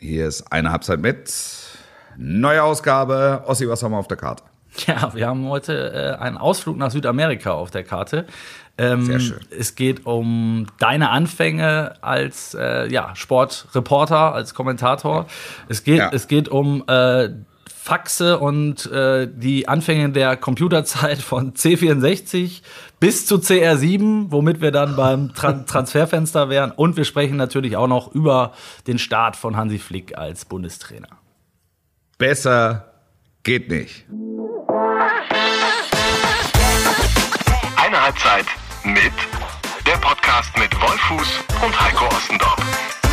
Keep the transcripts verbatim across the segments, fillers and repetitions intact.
Hier ist eine Halbzeit mit. Neue Ausgabe. Ossi, was haben wir auf der Karte? Ja, wir haben heute äh, einen Ausflug nach Südamerika auf der Karte. Ähm, Sehr schön. Es geht um deine Anfänge als äh, ja, Sportreporter, als Kommentator. Es geht, Ja. es geht um äh, Faxe und äh, die Anfänge der Computerzeit von C vierundsechzig bis zu C R sieben, womit wir dann beim Tran- Transferfenster wären. Und wir sprechen natürlich auch noch über den Start von Hansi Flick als Bundestrainer. Besser geht nicht. Eine Halbzeit mit der Podcast mit Wolfuß und Heiko Ostendorf.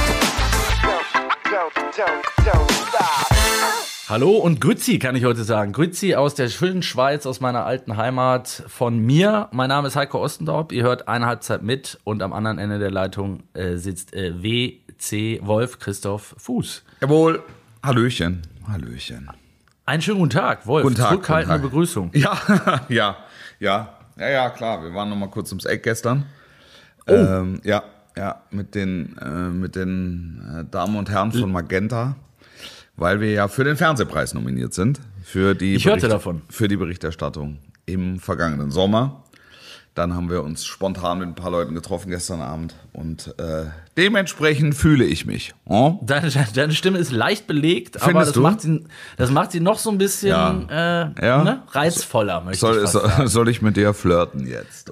Hallo und Grüezi kann ich heute sagen. Grüezi aus der schönen Schweiz, aus meiner alten Heimat von mir. Mein Name ist Heiko Ostendorf. Ihr hört eine Halbzeit mit und am anderen Ende der Leitung äh, sitzt äh, W C Wolf Christoph Fuß. Jawohl. Hallöchen. Hallöchen. Einen schönen guten Tag, Wolf. Guten Tag. Zurückhaltende guten Tag. Begrüßung. Ja, ja, ja. Ja, ja, klar. Wir waren noch mal kurz ums Eck gestern. Oh. Ähm, ja, ja, mit den, äh, mit den äh, Damen und Herren von Magenta. Weil wir ja für den Fernsehpreis nominiert sind. Für die Ich hörte davon. Für die Berichterstattung im vergangenen Sommer. Dann haben wir uns spontan mit ein paar Leuten getroffen gestern Abend. Und äh, dementsprechend fühle ich mich. Oh? Deine, deine Stimme ist leicht belegt, aber Findest das du? macht, sie, das macht sie noch so ein bisschen Ja. äh, Ja. Ne? reizvoller, möchte Soll, ich fast soll, sagen. soll ich mit dir flirten jetzt?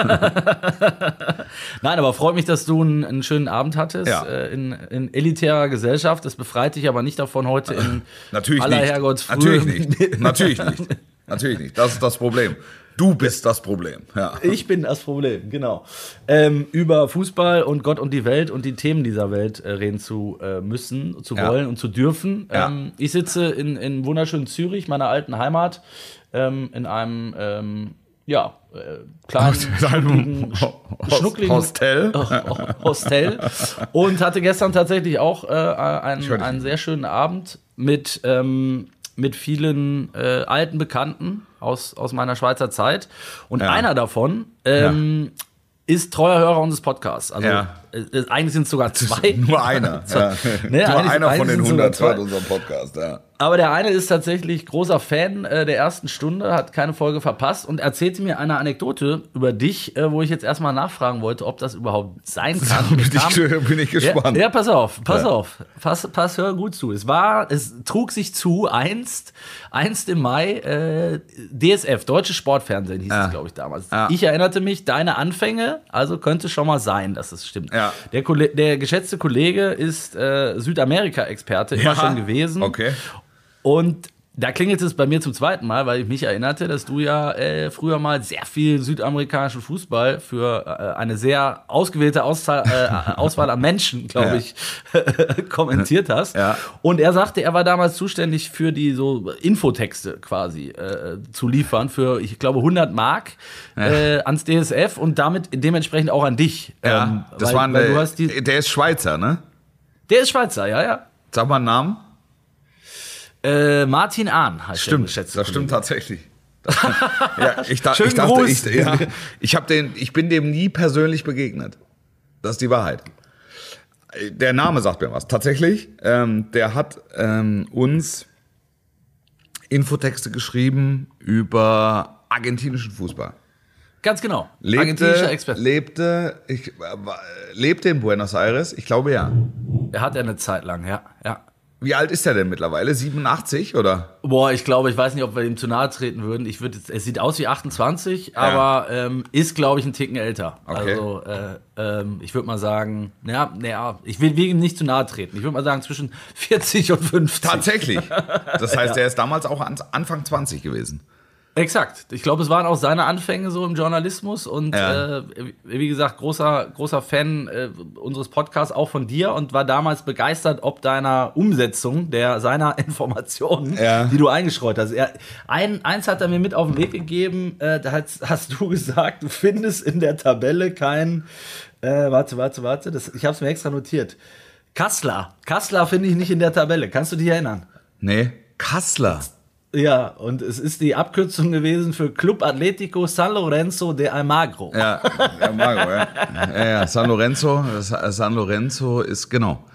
Nein, aber freut mich, dass du einen, einen schönen Abend hattest Ja. äh, in, in elitärer Gesellschaft. Das befreit dich aber nicht davon, heute in Natürlich aller nicht. Herrgottsfrühe. Natürlich nicht. Natürlich nicht. Natürlich nicht. Das ist das Problem. Du bist das Problem. Ja. Ich bin das Problem, genau. Ähm, über Fußball und Gott und die Welt und die Themen dieser Welt äh, reden zu äh, müssen, zu Ja. wollen und zu dürfen. Ja. Ähm, ich sitze in, in wunderschönen Zürich, meiner alten Heimat, ähm, in einem ähm, ja, äh, kleinen, schnuckligen, schnuckligen Hostel. Hostel und hatte gestern tatsächlich auch äh, einen, Ich hör dich. einen sehr schönen Abend mit, ähm, mit vielen äh, alten Bekannten aus, aus meiner Schweizer Zeit. Und Ja. einer davon ähm, ist treuer Hörer unseres Podcasts. Also Ja. äh, eigentlich sind es sogar zwei. Nur einer. Ja. Nee, Nur eigentlich- einer eigentlich von den sind's sogar hundert hört zwei. unseren Podcast. Ja. Aber der eine ist tatsächlich großer Fan äh, der ersten Stunde, hat keine Folge verpasst und erzählte mir eine Anekdote über dich, äh, wo ich jetzt erstmal nachfragen wollte, ob das überhaupt sein kann. Bin Es kam- ich, bin ich gespannt. Ja, ja, pass auf, pass Ja. auf. Pass, pass, hör gut zu. Es war, es trug sich zu, einst, einst im Mai, äh, D S F, Deutsches Sportfernsehen hieß Ja. es, glaube ich, damals. Ja. Ich erinnerte mich, deine Anfänge, also könnte schon mal sein, dass es stimmt. Ja. Der, Kolle- der geschätzte Kollege ist äh, Südamerika-Experte, immer Ja. schon gewesen. Okay. Und da klingelt es bei mir zum zweiten Mal, weil ich mich erinnerte, dass du ja äh, früher mal sehr viel südamerikanischen Fußball für äh, eine sehr ausgewählte Auszahl, äh, Auswahl an Menschen, glaube Ja. ich, kommentiert hast. Ja. Und er sagte, er war damals zuständig für die so Infotexte quasi äh, zu liefern für, ich glaube, hundert Mark äh, ans D S F und damit dementsprechend auch an dich. Ja, Ähm, das weil, war ein, weil du hast die, der ist Schweizer, ne? der ist Schweizer, ja, ja. Sag mal einen Namen. Äh, Martin Ahn heißt der Stimmt, geschätzte das stimmt tatsächlich. Das stimmt. Ja, ich, da, Schönen ich dachte, Gruß. ich, ja, ich, hab den, ich bin dem nie persönlich begegnet. Das ist die Wahrheit. Der Name sagt mir was. Tatsächlich, ähm, der hat ähm, uns Infotexte geschrieben über argentinischen Fußball. Ganz genau. Argentinischer Lebte, Experte. lebte, ich, äh, lebte in Buenos Aires, ich glaube ja. Er hat er eine Zeit lang, ja, ja. Wie alt ist er denn mittlerweile? siebenundachtzig oder? Boah, ich glaube, ich weiß nicht, ob wir ihm zu nahe treten würden. Ich würde, es sieht aus wie achtundzwanzig, aber ähm, ist, glaube ich, ein Ticken älter. Okay. Also äh, ähm, ich würde mal sagen, naja, naja, ich will, will ihm nicht zu nahe treten. Ich würde mal sagen zwischen vierzig und fünfzig. Tatsächlich. Das heißt, er ist damals auch an, Anfang zwanzig gewesen. Exakt. Ich glaube, es waren auch seine Anfänge so im Journalismus und Ja. äh, wie gesagt, großer, großer Fan äh, unseres Podcasts, auch von dir und war damals begeistert ob deiner Umsetzung der seiner Informationen, Ja. die du eingestreut hast. Er, ein, eins hat er mir mit auf den Weg gegeben, äh, da hast, hast du gesagt, du findest in der Tabelle kein, äh, warte, warte, warte, das, ich habe es mir extra notiert. Kassler. Kassler finde ich nicht in der Tabelle. Kannst du dich erinnern? Nee, Kassler. Ja, und es ist die Abkürzung gewesen für Club Atlético San Lorenzo de Almagro. Ja, ja, Mago, ja. Ja, ja, San Lorenzo, das- San Lorenzo ist, genau.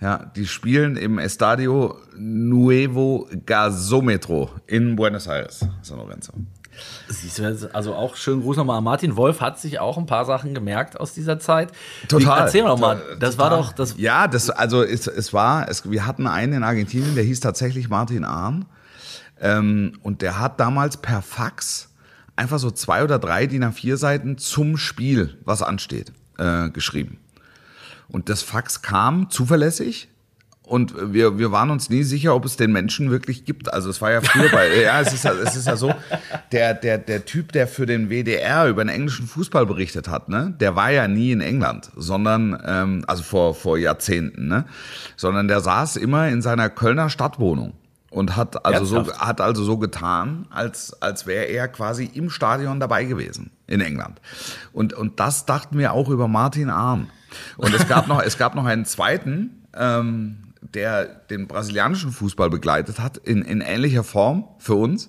Ja, die spielen im Estadio Nuevo Gasómetro in Buenos Aires, San Lorenzo. Siehst du, also auch schönen Gruß nochmal an Martin. Wolf hat sich auch ein paar Sachen gemerkt aus dieser Zeit. Total. Wie, erzähl doch mal, das Total. war doch... Das ja, das, also es, es war, es, wir hatten einen in Argentinien, der hieß tatsächlich Martin Ahn. Ähm, und der hat damals per Fax einfach so zwei oder drei D I N A vier Seiten zum Spiel, was ansteht, äh, geschrieben. Und das Fax kam zuverlässig. Und wir, wir waren uns nie sicher, ob es den Menschen wirklich gibt. Also es war ja früher bei, ja, es ist ja, es ist ja so, der, der, der Typ, der für den W D R über den englischen Fußball berichtet hat, ne, der war ja nie in England, sondern, ähm, also vor, vor Jahrzehnten, ne, sondern der saß immer in seiner Kölner Stadtwohnung und hat also so, hat also so getan, als, als wäre er quasi im Stadion dabei gewesen in England. Und, und das dachten wir auch über Martin Ahn. Und es gab noch, es gab noch einen zweiten, ähm, der den brasilianischen Fußball begleitet hat, in, in ähnlicher Form für uns.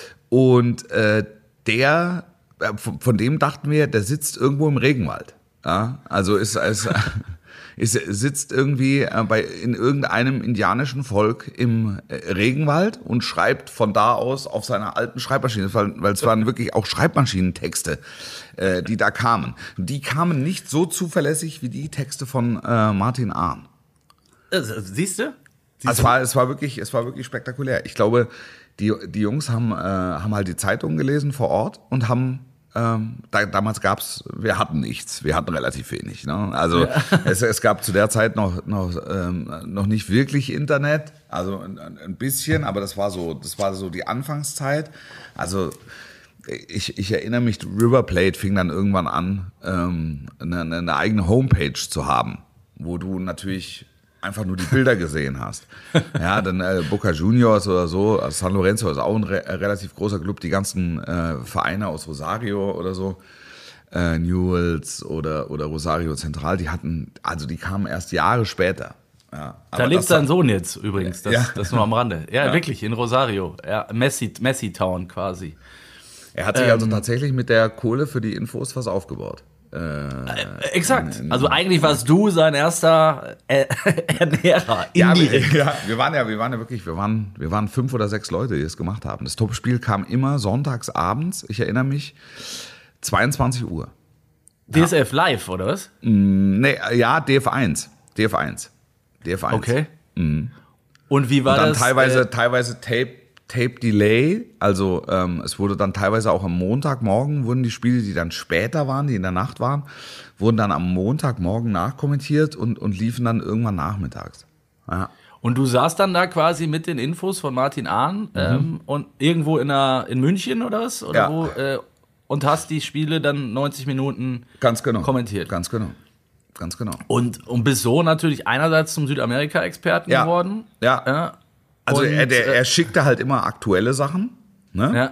Und äh, der, äh, von, von dem dachten wir, der sitzt irgendwo im Regenwald. Ja? Also ist, ist, ist, sitzt irgendwie äh, bei, in irgendeinem indianischen Volk im äh, Regenwald und schreibt von da aus auf seiner alten Schreibmaschine, weil, weil es waren wirklich auch Schreibmaschinentexte, äh, die da kamen. Die kamen nicht so zuverlässig wie die Texte von äh, Martin Ahn. Siehst du? Also es war, es war wirklich, es war wirklich spektakulär. Ich glaube, die, die Jungs haben, äh, haben halt die Zeitungen gelesen vor Ort und haben, ähm, da, damals gab's, wir hatten nichts, wir hatten relativ wenig. Ne? Also ja. es, es gab zu der Zeit noch, noch, ähm, noch nicht wirklich Internet, also ein, ein bisschen, aber das war so, das war so die Anfangszeit. Also ich, ich erinnere mich, River Plate fing dann irgendwann an, ähm, eine, eine eigene Homepage zu haben, wo du natürlich einfach nur die Bilder gesehen hast. Ja, dann äh, Boca Juniors oder so, also San Lorenzo ist auch ein re- relativ großer Club, die ganzen äh, Vereine aus Rosario oder so, äh, Newell's oder, oder Rosario Central, die hatten, also die kamen erst Jahre später. Ja, da lebt sein Sohn jetzt übrigens, das, ja. das nur am Rande. Ja, ja, wirklich, in Rosario, ja, Messi, Messi Town quasi. Er hat sich ähm, also tatsächlich mit der Kohle für die Infos was aufgebaut. Äh, exakt. Also eigentlich warst du sein erster äh, Ernährer. Indirekt. Ja, ja, wir waren ja, wir waren ja wirklich, wir waren, wir waren fünf oder sechs Leute, die es gemacht haben. Das Topspiel kam immer sonntags abends. Ich erinnere mich, zweiundzwanzig Uhr. D S F ja. Live oder was? Mm, nee, ja, D F eins, D F eins, D F eins. Okay. Mhm. Und wie war Und dann das? Teilweise, äh, teilweise Tape. Tape Delay, also ähm, es wurde dann teilweise auch am Montagmorgen, wurden die Spiele, die dann später waren, die in der Nacht waren, wurden dann am Montagmorgen nachkommentiert und, und liefen dann irgendwann nachmittags. Ja. Und du saßt dann da quasi mit den Infos von Martin Ahn mhm. ähm, und irgendwo in, einer, in München oder was? Oder ja. wo, äh, und hast die Spiele dann neunzig Minuten Ganz genau. kommentiert. Ganz genau. Ganz genau. Und, und bist so natürlich einerseits zum Südamerika-Experten ja. geworden. Ja. ja. Also und, er, der, er schickte halt immer aktuelle Sachen, ne? Ja.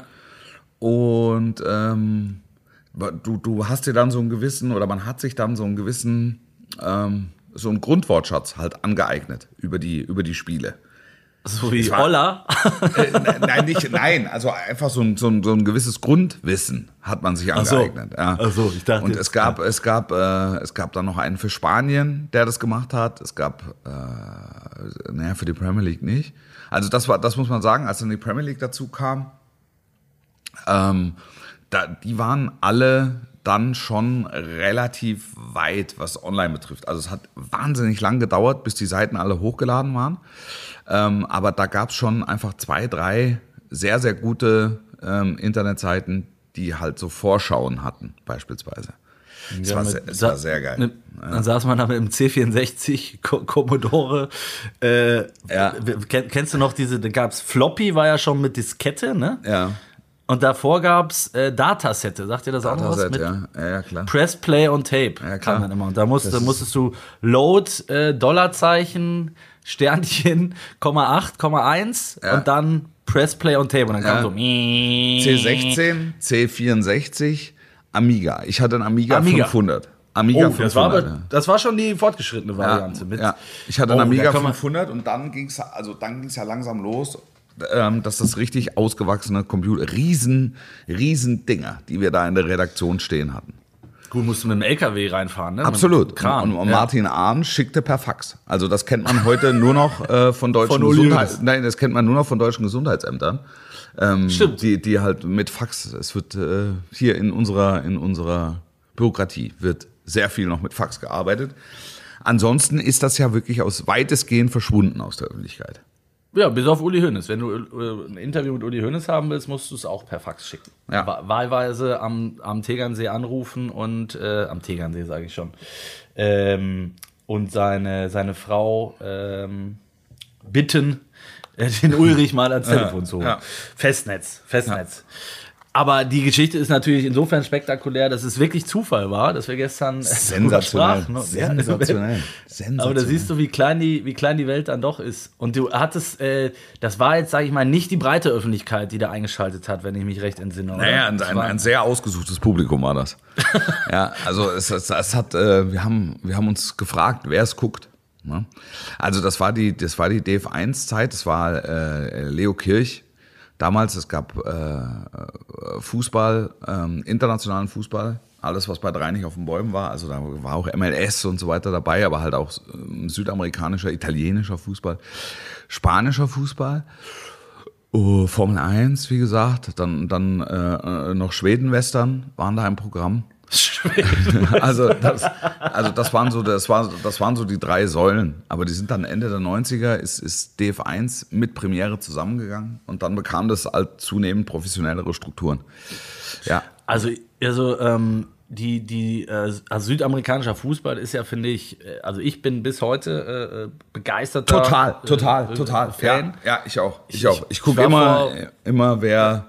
Und ähm, du, du hast dir dann so einen gewissen, oder man hat sich dann so einen gewissen, ähm, so einen Grundwortschatz halt angeeignet über die, über die Spiele. So wie war, Olla? äh, nein, nicht, nein, also einfach so ein, so ein, so ein gewisses Grundwissen hat man sich angeeignet. Ach so, ja. Ach so ich dachte. Und es gab, ja. es gab, äh, es gab dann noch einen für Spanien, der das gemacht hat. Es gab, äh, naja, für die Premier League nicht. Also das war, das muss man sagen, als dann die Premier League dazu kam, ähm, da, die waren alle dann schon relativ weit, was online betrifft. Also es hat wahnsinnig lang gedauert, bis die Seiten alle hochgeladen waren. Ähm, aber da gab es schon einfach zwei, drei sehr, sehr gute ähm, Internetseiten, die halt so Vorschauen hatten, beispielsweise. Es ja, war, mit, sehr, es war sehr geil. Ne, ja. Dann saß man da mit dem C vierundsechzig Commodore. Äh, ja. Kennst du noch diese, da gab's Floppy, war ja schon mit Diskette, ne? Ja. Und davor gab's äh, Datasette, sagt ihr das auch noch was? Mit ja. Ja, ja, klar. Press, Play und Tape ja, kam dann immer. Und da musst, musstest du Load, äh, Dollarzeichen, Sternchen, Komma acht, Komma eins ja. und dann Press, Play und Tape. Und dann ja. kam so C sechzehn, C vierundsechzig, Amiga. Ich hatte einen Amiga, Amiga. fünfhundert. Amiga oh, fünfhundert. Das war, aber, ja. das war schon die fortgeschrittene Variante. Ja, mit. ja. Ich hatte einen oh, Amiga man, fünfhundert und dann ging es also dann ging's ja langsam los, ähm, dass das richtig ausgewachsene Computer, riesen, riesen Dinger, die wir da in der Redaktion stehen hatten. Gut, musst du mit dem L K W reinfahren, ne? Absolut. Mit Kran. Und, und ja. Martin Ahn schickte per Fax. Also das kennt man heute nur noch äh, von deutschen Von Uli Gesundheit. Hoeneß. Nein, das kennt man nur noch von deutschen Gesundheitsämtern. Ähm, Stimmt. Die, die halt mit Fax. Es wird äh, hier in unserer in unserer Bürokratie wird sehr viel noch mit Fax gearbeitet. Ansonsten ist das ja wirklich aus weitestgehend verschwunden aus der Öffentlichkeit. Ja, bis auf Uli Hoeneß. Wenn du äh, ein Interview mit Uli Hoeneß haben willst, musst du es auch per Fax schicken. Ja. Wa- Wahlweise am, am Tegernsee anrufen und äh, am Tegernsee sage ich schon. Ähm, und seine, seine Frau ähm, bitten, äh, den Ulrich mal ans Telefon Ja, zu holen. ja. Festnetz, Festnetz. Aber die Geschichte ist natürlich insofern spektakulär, dass es wirklich Zufall war, dass wir gestern äh, darüber sprachen. Sensationell. Sensationell. Aber da siehst du, wie klein die, wie klein die Welt dann doch ist. Und du hattest, äh, das war jetzt, sage ich mal, nicht die breite Öffentlichkeit, die da eingeschaltet hat, wenn ich mich recht entsinne. Oder? Naja, ein, ein, ein sehr ausgesuchtes Publikum war das. Ja, also es, es, es hat, äh, wir haben, wir haben uns gefragt, wer es guckt. Ne? Also das war die, das war die D F eins Zeit. Das war äh, Leo Kirch. Damals, es gab äh, Fußball, ähm, internationalen Fußball, alles, was bei drei nicht auf den Bäumen war. Also da war auch M L S und so weiter dabei, aber halt auch ähm, südamerikanischer, italienischer Fußball, spanischer Fußball, oh, Formel eins, wie gesagt, dann, dann äh, noch Schweden-Western waren da im Programm. Also das, also das waren so, das war, das waren so die drei Säulen. Aber die sind dann Ende der neunziger ist, ist D F eins mit Premiere zusammengegangen und dann bekam das halt zunehmend professionellere Strukturen. Ja. Also, also ähm, die, die, äh, also südamerikanischer Fußball ist ja, finde ich, äh, also ich bin bis heute äh, begeisterter Total, total, äh, total. Fan. Ja, ja, ich auch. Ich, Ich- auch. Ich gucke ich war immer, vor- immer wer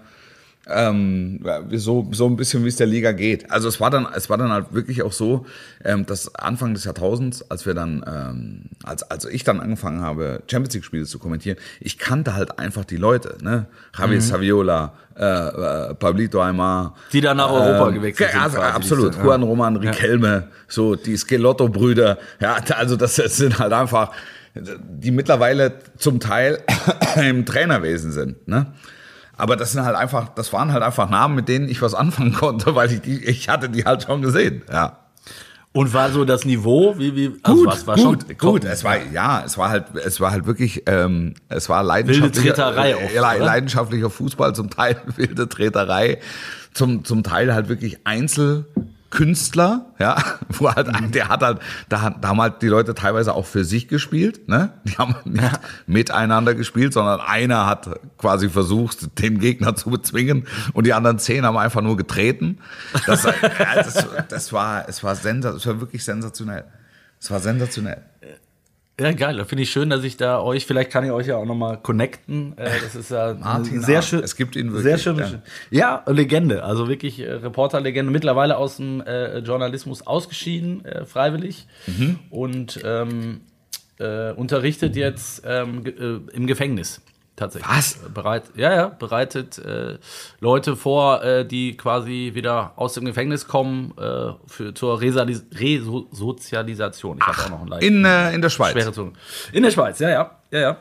ähm, so, so ein bisschen, wie es der Liga geht. Also es war dann, es war dann halt wirklich auch so, ähm, dass Anfang des Jahrtausends, als wir dann, ähm, als, als ich dann angefangen habe, Champions League Spiele zu kommentieren, ich kannte halt einfach die Leute, ne? Javier Saviola, äh, äh, Pablito Aymar. Die dann nach Europa ähm, gewechselt sind. Also, quasi, absolut. die- Juan Roman Riquelme, so die Schelotto-Brüder. Ja, also das, das sind halt einfach, die mittlerweile zum Teil im Trainerwesen sind, ne? Aber das sind halt einfach, das waren halt einfach Namen, mit denen ich was anfangen konnte, weil ich die, ich hatte die halt schon gesehen, ja. Und war so das Niveau, wie, wie, also Gut, was war gut, schon gut. Es war, ja, es war halt, es war halt wirklich, ähm, es war leidenschaftlicher, Wilde Treterei oft, äh, le- oder? leidenschaftlicher Fußball, zum Teil wilde Treterei, zum, zum Teil halt wirklich Einzelkünstler, ja, wo halt, der hat halt, da, hat- da haben halt die Leute teilweise auch für sich gespielt, ne, die haben nicht miteinander gespielt, sondern einer hat quasi versucht, den Gegner zu bezwingen und die anderen zehn haben einfach nur getreten. Das, ja, das, das war, es war sensationell, es war wirklich sensationell. Es war sensationell. Ja, geil. Da finde ich schön, dass ich da euch, vielleicht kann ich euch ja auch nochmal connecten. Äh, Das ist ja Martin sehr Ahn. schön. Es gibt ihn Sehr wirklich, schön. ja. Ja, Legende. Also wirklich äh, Reporterlegende. Mittlerweile aus dem äh, Journalismus ausgeschieden, äh, freiwillig. Mhm. Und ähm, äh, unterrichtet jetzt ähm, ge- äh, im Gefängnis. Tatsächlich. Was? Äh, Bereit, ja, ja, bereitet äh, Leute vor, äh, die quasi wieder aus dem Gefängnis kommen äh, für, zur Resalis- Resozialisation. Ich habe auch noch einen leichten In, äh, in der Schweiz. schwere Zunge. In der Schweiz, ja, ja, ja, ja.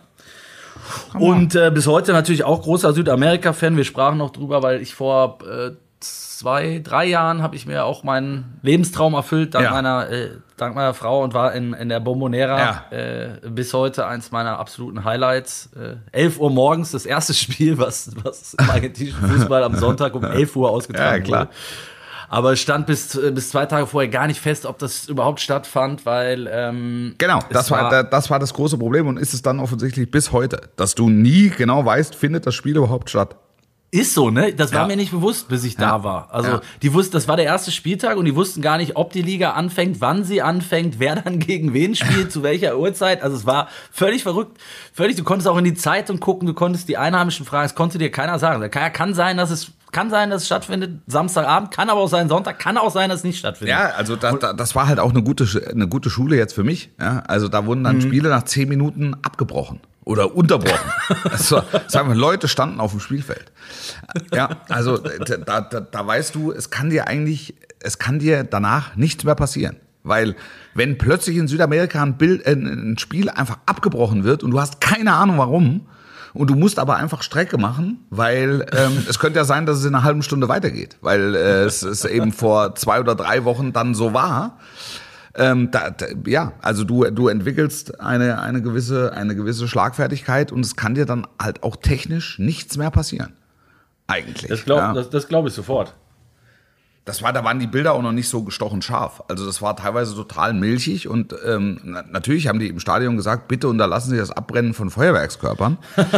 Und äh, bis heute natürlich auch großer Südamerika-Fan. Wir sprachen noch drüber, weil ich vor äh, zwei, drei Jahren habe ich mir auch meinen Lebenstraum erfüllt, dank, Ja. meiner, äh, dank meiner Frau und war in, in der Bombonera. Ja. Äh, bis heute eins meiner absoluten Highlights. Äh, elf Uhr morgens, das erste Spiel, was, was im argentinischen Fußball am Sonntag um elf Uhr ausgetragen Ja, klar. wurde. Aber es stand bis, bis zwei Tage vorher gar nicht fest, ob das überhaupt stattfand, weil ähm, Genau, es das war, das war das große Problem und ist es dann offensichtlich bis heute, dass du nie genau weißt, findet das Spiel überhaupt statt. Ist so, ne? Das war Ja. mir nicht bewusst, bis ich Ja. da war. Also, Ja. die wussten, das war der erste Spieltag und die wussten gar nicht, ob die Liga anfängt, wann sie anfängt, wer dann gegen wen spielt, zu welcher Uhrzeit. Also, es war völlig verrückt. Völlig, du konntest auch in die Zeitung gucken, du konntest die Einheimischen fragen, es konnte dir keiner sagen. Kann, kann sein, dass es, kann sein, dass es stattfindet, Samstagabend, kann aber auch sein Sonntag, kann auch sein, dass es nicht stattfindet. Ja, also da, da, das war halt auch eine gute, Sch- eine gute Schule jetzt für mich. Ja? Also da wurden Mhm. dann Spiele nach zehn Minuten abgebrochen oder unterbrochen. Also, sagen wir, Leute standen auf dem Spielfeld. Ja, also da, da, da weißt du, es kann dir eigentlich, es kann dir danach nichts mehr passieren. Weil wenn plötzlich in Südamerika ein, Bild, äh, ein Spiel einfach abgebrochen wird und du hast keine Ahnung warum Und du musst aber einfach Strecke machen, weil ähm, es könnte ja sein, dass es in einer halben Stunde weitergeht, weil äh, es, es eben vor zwei oder drei Wochen dann so war. Ähm, da, da, ja, also du du entwickelst eine eine gewisse eine gewisse Schlagfertigkeit und es kann dir dann halt auch technisch nichts mehr passieren. Eigentlich. Das glaube ja. das, das glaub ich sofort. Das war, da waren die Bilder auch noch nicht so gestochen scharf. Also das war teilweise total milchig und ähm, na, natürlich haben die im Stadion gesagt, bitte unterlassen Sie das Abbrennen von Feuerwerkskörpern.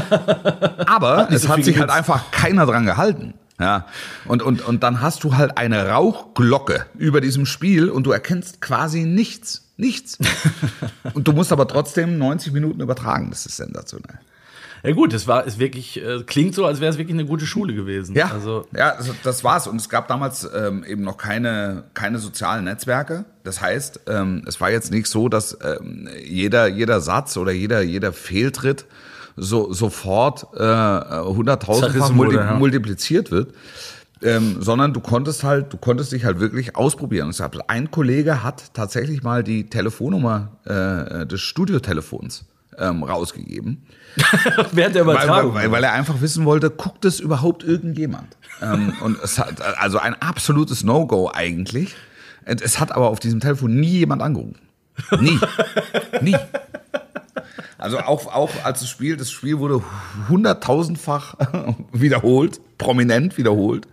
Aber es so hat viel sich halt genutzt. einfach keiner dran gehalten. Ja, und, und, und dann hast du halt eine Rauchglocke über diesem Spiel und du erkennst quasi nichts. Nichts. Und du musst aber trotzdem neunzig Minuten übertragen. Das ist sensationell. Ja gut, das war ist wirklich äh, klingt so, als wäre es wirklich eine gute Schule gewesen. Ja, also ja, also das war's. Und es gab damals ähm, eben noch keine keine sozialen Netzwerke. Das heißt, ähm, es war jetzt nicht so, dass ähm, jeder jeder Satz oder jeder jeder Fehltritt so sofort äh, hunderttausendfach Zerrissen multi- wurde, ja. multipliziert wird. Ähm, sondern du konntest halt, du konntest dich halt wirklich ausprobieren. Und deshalb, ein Kollege hat tatsächlich mal die Telefonnummer äh, des Studiotelefons ähm, rausgegeben. während der Weil, Übertragung. weil, weil er einfach wissen wollte, guckt es überhaupt irgendjemand? ähm, und es hat also ein absolutes No-Go eigentlich. Es hat aber auf diesem Telefon nie jemand angerufen. Nie. Nie. Also auch, auch als das Spiel, das Spiel wurde hunderttausendfach wiederholt, prominent wiederholt.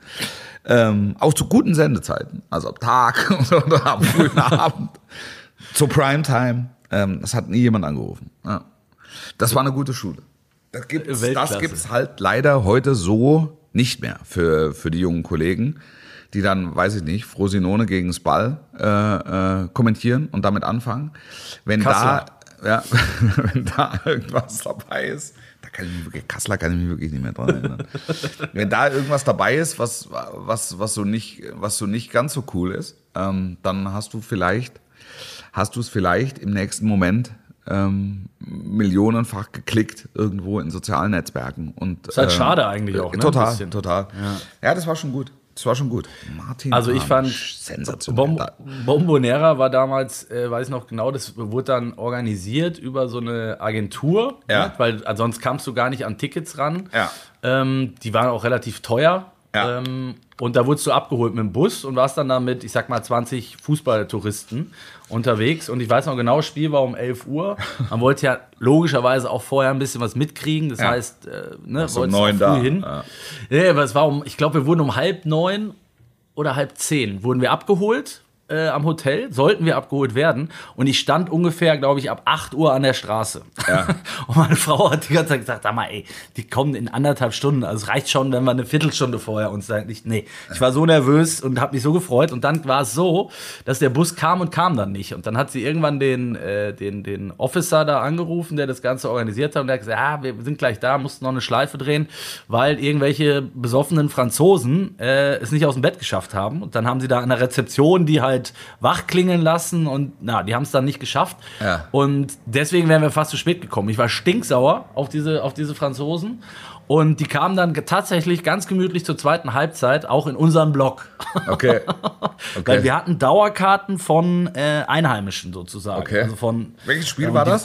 Ähm, auch zu guten Sendezeiten, also am Tag oder am frühen Abend, zur Primetime. Ähm, das hat nie jemand angerufen. Ja. Das war eine gute Schule. Das gibt's, das gibt's halt leider heute so nicht mehr für, für die jungen Kollegen, die dann, weiß ich nicht, Frosinone gegen das Ball äh, äh, kommentieren und damit anfangen. Wenn Kassler. da, ja, wenn da irgendwas dabei ist, da kann ich mich wirklich, Kassler kann ich mich wirklich nicht mehr dran erinnern. Wenn da irgendwas dabei ist, was, was, was so nicht, was so nicht ganz so cool ist, ähm, dann hast du vielleicht, hast du es vielleicht im nächsten Moment ähm, millionenfach geklickt irgendwo in sozialen Netzwerken. Und, ist halt ähm, schade eigentlich auch, ne? Total, Ein bisschen. total. Ja. ja, das war schon gut. Das war schon gut. Martin Also ich fand, sensationell. Bom- Bombonera war damals, äh, weiß ich noch genau, das wurde dann organisiert über so eine Agentur, Ja. ne? Weil sonst kamst du gar nicht an Tickets ran. Ja. Ähm, die waren auch relativ teuer. Ja. Ähm, und da wurdest du abgeholt mit dem Bus und warst dann da mit, ich sag mal, zwanzig Fußballtouristen unterwegs. Und ich weiß noch genau, das Spiel war um elf Uhr. Man wollte ja logischerweise auch vorher ein bisschen was mitkriegen. Das Ja. heißt, äh, ne, so wolltest neun auch früh da. hin. Ja. Nee, aber es war um, ich glaube, wir wurden um halb neun oder halb zehn wurden wir abgeholt äh, am Hotel, sollten wir abgeholt werden. Und ich stand ungefähr, glaube ich, ab acht Uhr an der Straße. Ja. Und meine Frau hat die ganze Zeit gesagt, sag mal, ey, die kommen in anderthalb Stunden. Also es reicht schon, wenn wir eine Viertelstunde vorher uns sagen. Ich, nee, ich war so nervös und habe mich so gefreut. Und dann war es so, dass der Bus kam und kam dann nicht. Und dann hat sie irgendwann den, äh, den, den Officer da angerufen, der das Ganze organisiert hat. Und der hat gesagt, ja, wir sind gleich da, mussten noch eine Schleife drehen, weil irgendwelche besoffenen Franzosen äh, es nicht aus dem Bett geschafft haben. Und dann haben sie da an der Rezeption die halt wach klingeln lassen. Und na, die haben es dann nicht geschafft. Ja. Und deswegen wären wir fast zu spät gekommen. Ich war stinksauer auf diese, auf diese Franzosen. Und die kamen dann tatsächlich ganz gemütlich zur zweiten Halbzeit, auch in unserem Block. Okay. Okay. Weil wir hatten Dauerkarten von äh, Einheimischen sozusagen. Okay. Also von, Welches Spiel ja, war die- das?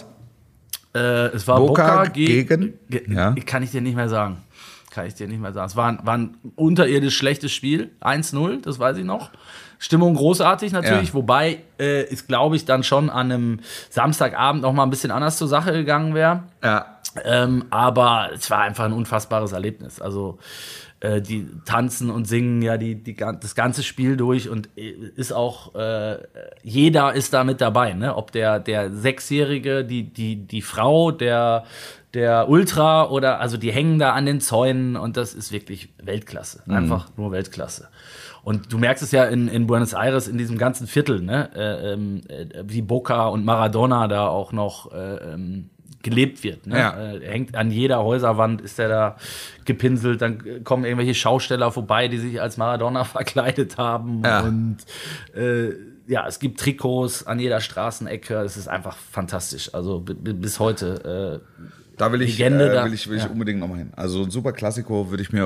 Äh, es war Boca Boca, ge- gegen? Ge Ja. Kann ich dir nicht mehr sagen. Kann ich dir nicht mehr sagen. Es war, ein- war ein unterirdisch schlechtes Spiel. eins null, das weiß ich noch. Stimmung großartig natürlich, Ja. wobei äh, es, glaube ich, dann schon an einem Samstagabend noch mal ein bisschen anders zur Sache gegangen wäre. Ja. Ähm, aber es war einfach ein unfassbares Erlebnis. Also äh, die tanzen und singen ja die, die, gan- das ganze Spiel durch und äh, ist auch, äh, jeder ist da mit dabei. Ne? Ob der, der Sechsjährige, die, die, die Frau, der, der Ultra oder, also die hängen da an den Zäunen und das ist wirklich Weltklasse. Einfach nur Weltklasse. Und du merkst es ja in, in Buenos Aires, in diesem ganzen Viertel, ne? äh, ähm, äh, wie Boca und Maradona da auch noch äh, ähm, gelebt wird. Ne? Ja. Äh, hängt an jeder Häuserwand, ist der da gepinselt, dann kommen irgendwelche Schausteller vorbei, die sich als Maradona verkleidet haben. Ja. Und äh, ja, es gibt Trikots an jeder Straßenecke. Es ist einfach fantastisch. Also b- b- bis heute. Äh, Da will ich, Legende äh, da. will ich, will ich Ja. unbedingt nochmal hin. Also ein super Klassiko würde ich mir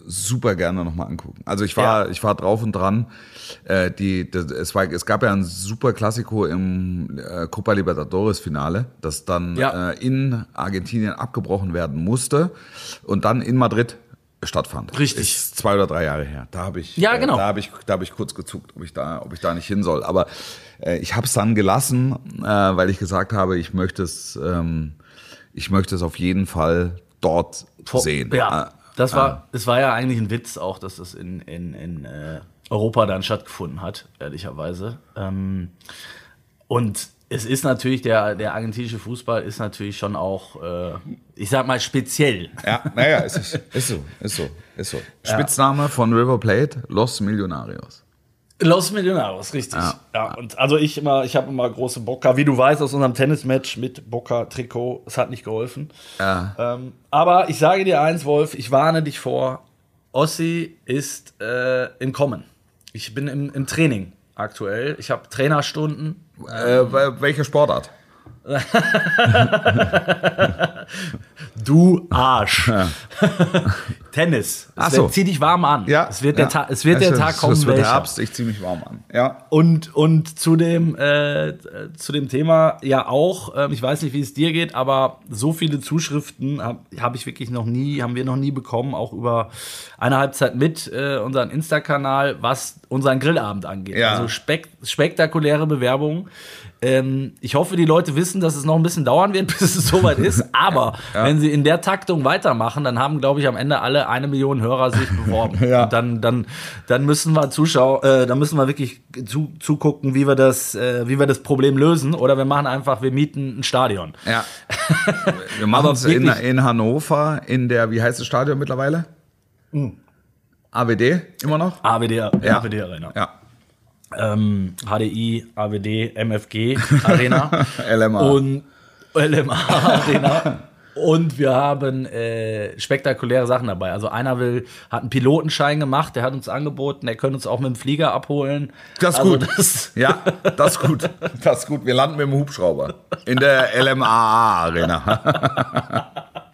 super gerne nochmal angucken. Also ich war, Ja. ich war drauf und dran. Äh, die, das, es, war, es gab ja ein super Klassiko im äh, Copa Libertadores Finale, das dann Ja. äh, in Argentinien abgebrochen werden musste und dann in Madrid stattfand. Richtig. Ist zwei oder drei Jahre her. Da habe ich, Ja, genau. äh, da habe ich, da habe ich kurz gezuckt, ob ich da, ob ich da nicht hin soll. Aber äh, ich habe es dann gelassen, äh, weil ich gesagt habe, ich möchte es, ähm, ich möchte es auf jeden Fall dort Vor- sehen. Ja, Äh, das war, es war ja eigentlich ein Witz auch, dass das in, in, in äh, Europa dann stattgefunden hat, ehrlicherweise. Ähm, und es ist natürlich, der, der argentinische Fußball ist natürlich schon auch, äh, ich sag mal, speziell. Ja, naja, ist, ist, ist so, ist so, ist so. Spitzname von River Plate, Los Millonarios. Los Millonarios, richtig. Ja. Ja, und also ich immer, ich habe immer große Boca, wie du weißt, aus unserem Tennismatch mit Boca-Trikot, es hat nicht geholfen. Ja. Ähm, aber ich sage dir eins, Wolf, ich warne dich vor, Ossi ist äh, im Kommen. Ich bin im, im Training aktuell. Ich habe Trainerstunden. Äh, welche Sportart? Du Arsch. Tennis. Ach Es so. wird, zieh dich warm an. Ja, Es wird ja. der, Ta es wird Es der ist- Tag kommen, Es wird welcher. Herbst, ich ziehe mich warm an. Ja. Und, und zu, dem, äh, zu dem Thema ja auch, ähm, ich weiß nicht, wie es dir geht, aber so viele Zuschriften habe hab ich wirklich noch nie, haben wir noch nie bekommen, auch über eine Halbzeit mit äh, unseren Insta-Kanal, was unseren Grillabend angeht. Ja. Also spek spektakuläre Bewerbungen. Ähm, ich hoffe, die Leute wissen, dass es noch ein bisschen dauern wird, bis es soweit ist. Aber Ja. wenn sie in der Taktung weitermachen, dann haben, glaube ich, am Ende alle eine Million Hörer sich beworben. Ja. Und dann, dann, dann müssen wir Zuschau äh, dann müssen wir wirklich zu, zugucken, wie wir das, äh, wie wir das Problem lösen. Oder wir machen einfach, wir mieten ein Stadion. Ja. Wir machen Aber es in, wirklich- in Hannover, in der, wie heißt das Stadion mittlerweile? A W D, immer noch? A W D, Ja. A W D Arena. Ja. Ähm, H D I, A W D, M F G Arena. L M A. Und L M A Arena. Und wir haben äh, spektakuläre Sachen dabei. Also einer will, hat einen Pilotenschein gemacht, der hat uns angeboten, der könnte uns auch mit dem Flieger abholen. Das ist also gut. Das, Ja, das ist gut. Das ist gut. Wir landen mit dem Hubschrauber in der L M A A-Arena.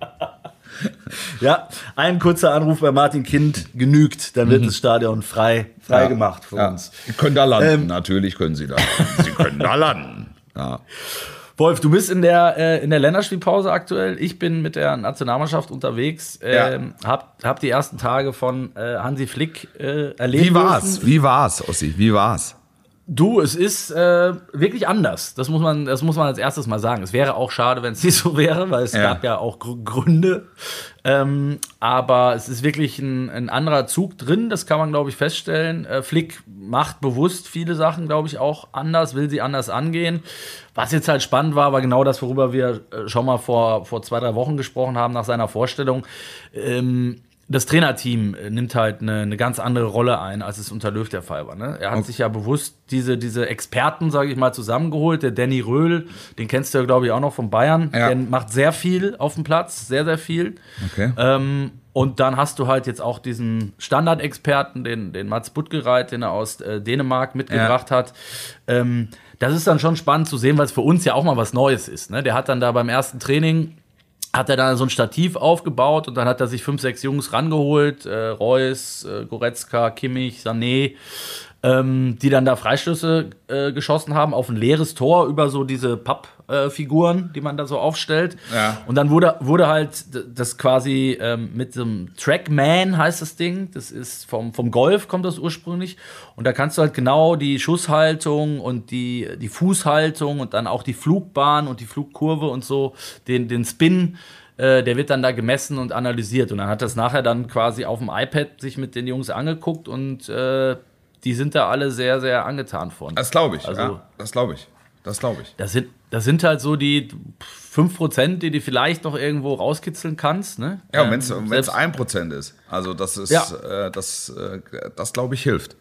ja, ein kurzer Anruf bei Martin Kind genügt, dann wird das Stadion frei, frei gemacht für Mhm. Ja. uns. Sie können da landen. Ähm. Natürlich können Sie da landen. Sie können da landen. Ja. Wolf, du bist in der, äh, in der Länderspielpause aktuell. Ich bin mit der Nationalmannschaft unterwegs. Ähm, hab, hab die ersten Tage von äh, Hansi Flick äh, erlebt. Wie war's? dürfen. Wie war's, Ossi? Wie war's? Du, es ist äh, wirklich anders. Das muss man, das muss man als erstes mal sagen. Es wäre auch schade, wenn es nicht so wäre, weil es Ja. gab ja auch Gr- Gründe. Ähm, aber es ist wirklich ein, ein anderer Zug drin. Das kann man, glaube ich, feststellen. Äh, Flick macht bewusst viele Sachen, glaube ich, auch anders, will sie anders angehen. Was jetzt halt spannend war, war genau das, worüber wir äh, schon mal vor, vor zwei, drei Wochen gesprochen haben nach seiner Vorstellung. Ähm, Das Trainerteam nimmt halt eine, eine ganz andere Rolle ein, als es unter Löw der Fall war. Ne? Er hat Okay. sich ja bewusst diese, diese Experten, sage ich mal, zusammengeholt. Der Danny Röhl, den kennst du ja, glaube ich, auch noch von Bayern. Ja. Der macht sehr viel auf dem Platz, sehr, sehr viel. Okay. Ähm, und dann hast du halt jetzt auch diesen Standardexperten, den, den Mats Budgereit, den er aus äh, Dänemark mitgebracht hat. Ähm, das ist dann schon spannend zu sehen, weil es für uns ja auch mal was Neues ist. Ne? Der hat dann da beim ersten Training hat er da so ein Stativ aufgebaut und dann hat er sich fünf, sechs Jungs rangeholt, äh, Reus, äh, Goretzka, Kimmich, Sané, ähm, die dann da Freistöße äh, geschossen haben auf ein leeres Tor über so diese Pappfiguren, äh, die man da so aufstellt. Ja. Und dann wurde, wurde halt d- das quasi ähm, mit so einem Trackman heißt das Ding, das ist vom, vom Golf, kommt das ursprünglich. Und da kannst du halt genau die Schusshaltung und die, die Fußhaltung und dann auch die Flugbahn und die Flugkurve und so, den, den Spin, äh, der wird dann da gemessen und analysiert. Und dann hat das nachher dann quasi auf dem iPad sich mit den Jungs angeguckt und äh, die sind da alle sehr, sehr angetan von. Das glaube ich. Also- ja, das glaube ich. Das glaube ich. Das sind, das sind halt so die fünf Prozent, die du vielleicht noch irgendwo rauskitzeln kannst. Ne? Ja, Ähm, wenn es selbst- ein Prozent ist. Also das ist, Ja. äh, das, äh, das glaube ich hilft.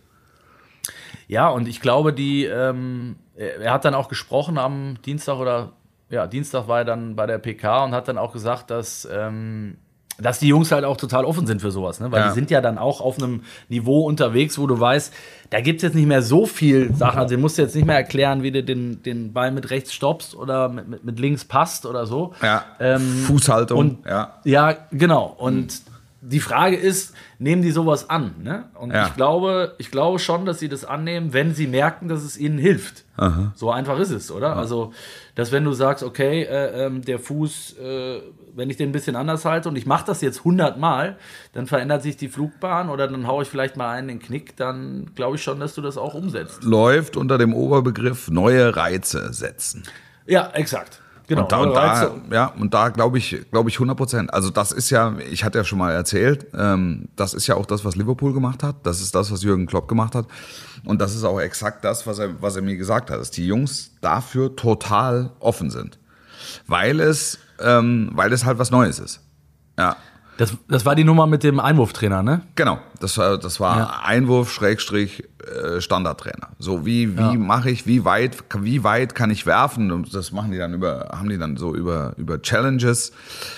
Ja, und ich glaube, die, ähm, er er hat dann auch gesprochen am Dienstag oder, ja, Dienstag war er dann bei der P K und hat dann auch gesagt, dass, ähm, dass die Jungs halt auch total offen sind für sowas, ne? Weil Ja. die sind ja dann auch auf einem Niveau unterwegs, wo du weißt, da gibt es jetzt nicht mehr so viel Sachen. Also, du musst jetzt nicht mehr erklären, wie du den, den Ball mit rechts stoppst oder mit, mit, mit links passt oder so. Ja. Ähm, Fußhaltung. und- ja. Ja, genau. Und die Frage ist, nehmen die sowas an? Ne? Und Ja. ich glaube, ich glaube schon, dass sie das annehmen, wenn sie merken, dass es ihnen hilft. Aha. So einfach ist es, oder? Also, dass wenn du sagst, okay, äh, ähm, der Fuß, äh, wenn ich den ein bisschen anders halte und ich mache das jetzt hundert Mal, dann verändert sich die Flugbahn oder dann haue ich vielleicht mal einen in den Knick, dann glaube ich schon, dass du das auch umsetzt. Läuft unter dem Oberbegriff neue Reize setzen. Ja, exakt. Genau. Und da, und Reize. da, ja, und da glaube ich, glaube ich hundert Prozent. Also das ist ja, ich hatte ja schon mal erzählt, ähm, das ist ja auch das, was Liverpool gemacht hat. Das ist das, was Jürgen Klopp gemacht hat. Und das ist auch exakt das, was er, was er mir gesagt hat, dass die Jungs dafür total offen sind. Weil es, ähm, weil es halt was Neues ist. Ja. Das, das war die Nummer mit dem Einwurftrainer, ne? Genau, das war, das war Ja. Einwurf Schrägstrich äh, Standardtrainer. So wie wie Ja. mache ich, wie weit wie weit kann ich werfen? Und das machen die dann über haben die dann so über über Challenges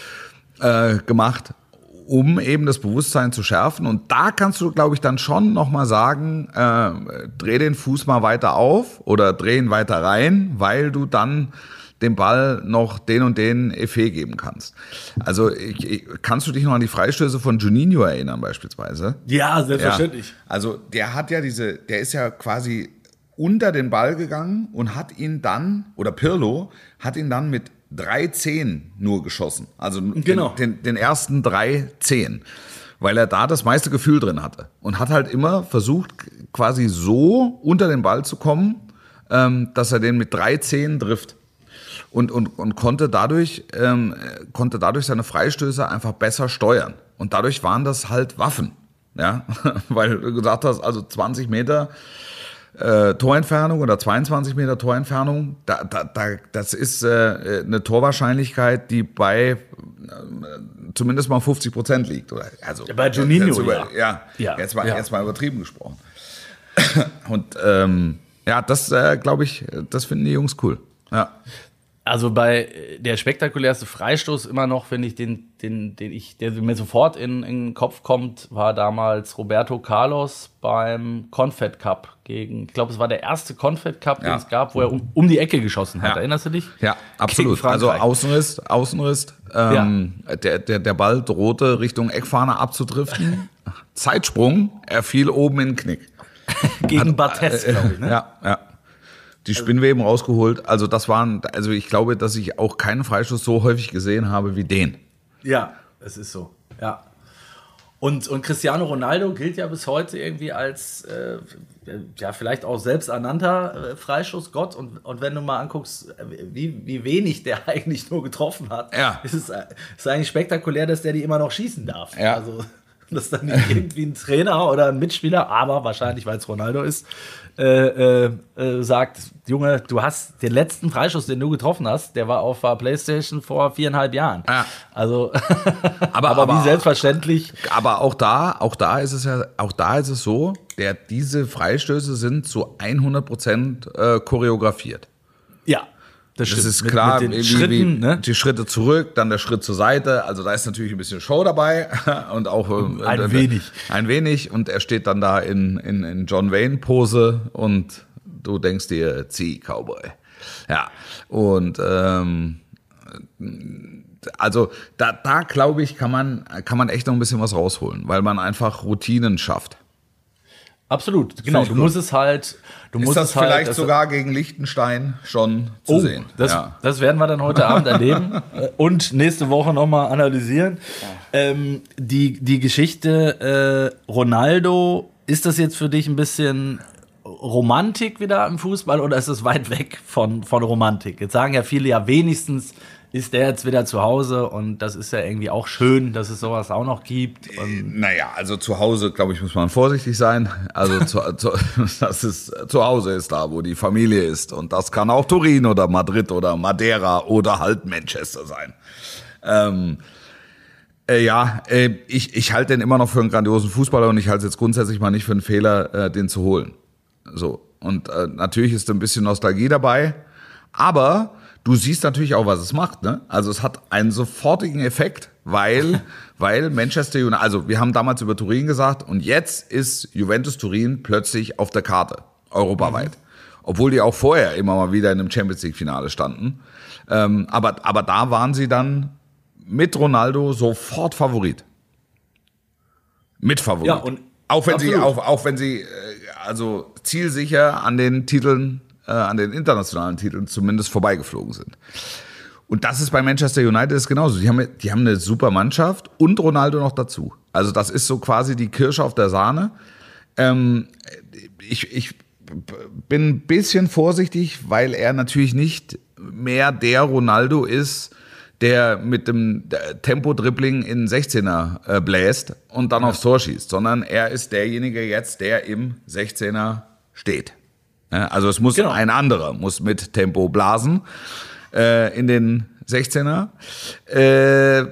äh, gemacht, um eben das Bewusstsein zu schärfen. Und da kannst du, glaube ich, dann schon noch mal sagen, äh, dreh den Fuß mal weiter auf oder dreh ihn weiter rein, weil du dann dem Ball noch den und den Effet geben kannst. Also ich, ich, kannst du dich noch an die Freistöße von Juninho erinnern beispielsweise? Ja, Ja. Also der hat ja diese, der ist ja quasi unter den Ball gegangen und hat ihn dann, oder Pirlo, hat ihn dann mit drei Zehen nur geschossen. Also Genau. den, den, den ersten drei Zehen. Weil er da das meiste Gefühl drin hatte. Und hat halt immer versucht, quasi so unter den Ball zu kommen, ähm, dass er den mit drei Zehen trifft. Und, und, und konnte dadurch, ähm, konnte dadurch seine Freistöße einfach besser steuern. Und dadurch waren das halt Waffen. Ja, weil du gesagt hast, also zwanzig Meter äh, Torentfernung oder zweiundzwanzig Meter Torentfernung, da, da, da, das ist äh, eine Torwahrscheinlichkeit, die bei äh, zumindest mal fünfzig Prozent liegt. Oder, also, Ja, bei Juninho, jetzt über, ja. ja. Ja, Jetzt, mal, ja. jetzt mal übertrieben gesprochen. Und ähm, ja, das äh, glaube ich, das finden die Jungs cool. Ja. Also bei der spektakulärste Freistoß immer noch, finde ich, den, den, den ich, der mir sofort in, in den Kopf kommt, war damals Roberto Carlos beim Confed Cup gegen, ich glaube, es war der erste Confed Cup, den Ja. es gab, wo er um, um die Ecke geschossen hat. Ja. Erinnerst du dich? Ja, absolut. Gegen Also Frankreich. Außenriss, Außenriss. Ähm, der, der, der Ball drohte Richtung Eckfahne abzudriften. Zeitsprung, er fiel oben in den Knick. Gegen Barthez, glaube ich. Ne? Ja, ja. Die Spinnweben rausgeholt. Also das waren, also ich glaube, dass ich auch keinen Freistoß so häufig gesehen habe wie den. Ja, es ist so. Ja. Und, und Cristiano Ronaldo gilt ja bis heute irgendwie als, äh, ja, vielleicht auch selbsternannter äh, Freistoßgott. Und, und wenn du mal anguckst, wie, wie wenig der eigentlich nur getroffen hat, Ja. ist es ist eigentlich spektakulär, dass der die immer noch schießen darf. Ja. Also, dass dann nicht irgendwie ein Trainer oder ein Mitspieler, aber wahrscheinlich, weil es Ronaldo ist, äh, äh, äh, sagt, Junge, du hast den letzten Freischuss, den du getroffen hast, der war auf der PlayStation vor viereinhalb Jahren. Ja. Also, Aber, aber, aber, wie selbstverständlich. aber auch da, auch da ist es ja, auch da ist es so, der, diese Freistöße sind zu hundert Prozent äh, choreografiert. Ja, das Das stimmt. ist Mit- klar, mit den wie, Schritten, wie, ne? die Schritte zurück, dann der Schritt zur Seite. Also da ist natürlich ein bisschen Show dabei und auch äh, Ein äh, wenig. ein wenig. Und er steht dann da in, in, in John Wayne Pose und du denkst dir, zieh Cowboy. Ja, und ähm, also da, da glaube ich, kann man, kann man echt noch ein bisschen was rausholen, weil man einfach Routinen schafft. Absolut, genau. ich Du gut. musst es halt. Du Ist musst das es halt, vielleicht das- sogar gegen Liechtenstein schon zu Oh, sehen? das, Ja. das werden wir dann heute Abend erleben äh, und nächste Woche nochmal analysieren. Ähm, die, die Geschichte äh, Ronaldo, ist das jetzt für dich ein bisschen Romantik wieder im Fußball oder ist es weit weg von, von Romantik? Jetzt sagen ja viele, ja wenigstens ist der jetzt wieder zu Hause und das ist ja irgendwie auch schön, dass es sowas auch noch gibt. Und Naja, also zu Hause, glaube ich, muss man vorsichtig sein. Also zu, zu, das ist, zu Hause ist da, wo die Familie ist. Und das kann auch Turin oder Madrid oder Madeira oder halt Manchester sein. Ähm, äh, ja, äh, ich, ich halte den immer noch für einen grandiosen Fußballer und ich halte es jetzt grundsätzlich mal nicht für einen Fehler, äh, den zu holen. So. Und äh, natürlich ist ein bisschen Nostalgie dabei, aber du siehst natürlich auch, was es macht, ne? Also es hat einen sofortigen Effekt, weil, weil Manchester United, also wir haben damals über Turin gesagt und jetzt ist Juventus Turin plötzlich auf der Karte, europaweit. Obwohl die auch vorher immer mal wieder in einem Champions League Finale standen. Ähm, aber, aber da waren sie dann mit Ronaldo sofort Favorit. Mitfavorit. Ja, und auch wenn sie, absolut. auch, auch wenn sie, äh, also zielsicher an den Titeln, äh, an den internationalen Titeln zumindest vorbeigeflogen sind. Und das ist bei Manchester United ist genauso. Die haben, die haben eine super Mannschaft und Ronaldo noch dazu. Also das ist so quasi die Kirsche auf der Sahne. Ähm, ich, ich bin ein bisschen vorsichtig, weil er natürlich nicht mehr der Ronaldo ist, der mit dem Tempo-Dribbling in sechzehner äh, bläst und dann ja. aufs Tor schießt, sondern er ist derjenige jetzt, der im sechzehner steht. Ja, also es muss genau. ein anderer, muss mit Tempo blasen äh, in den sechzehner. Äh,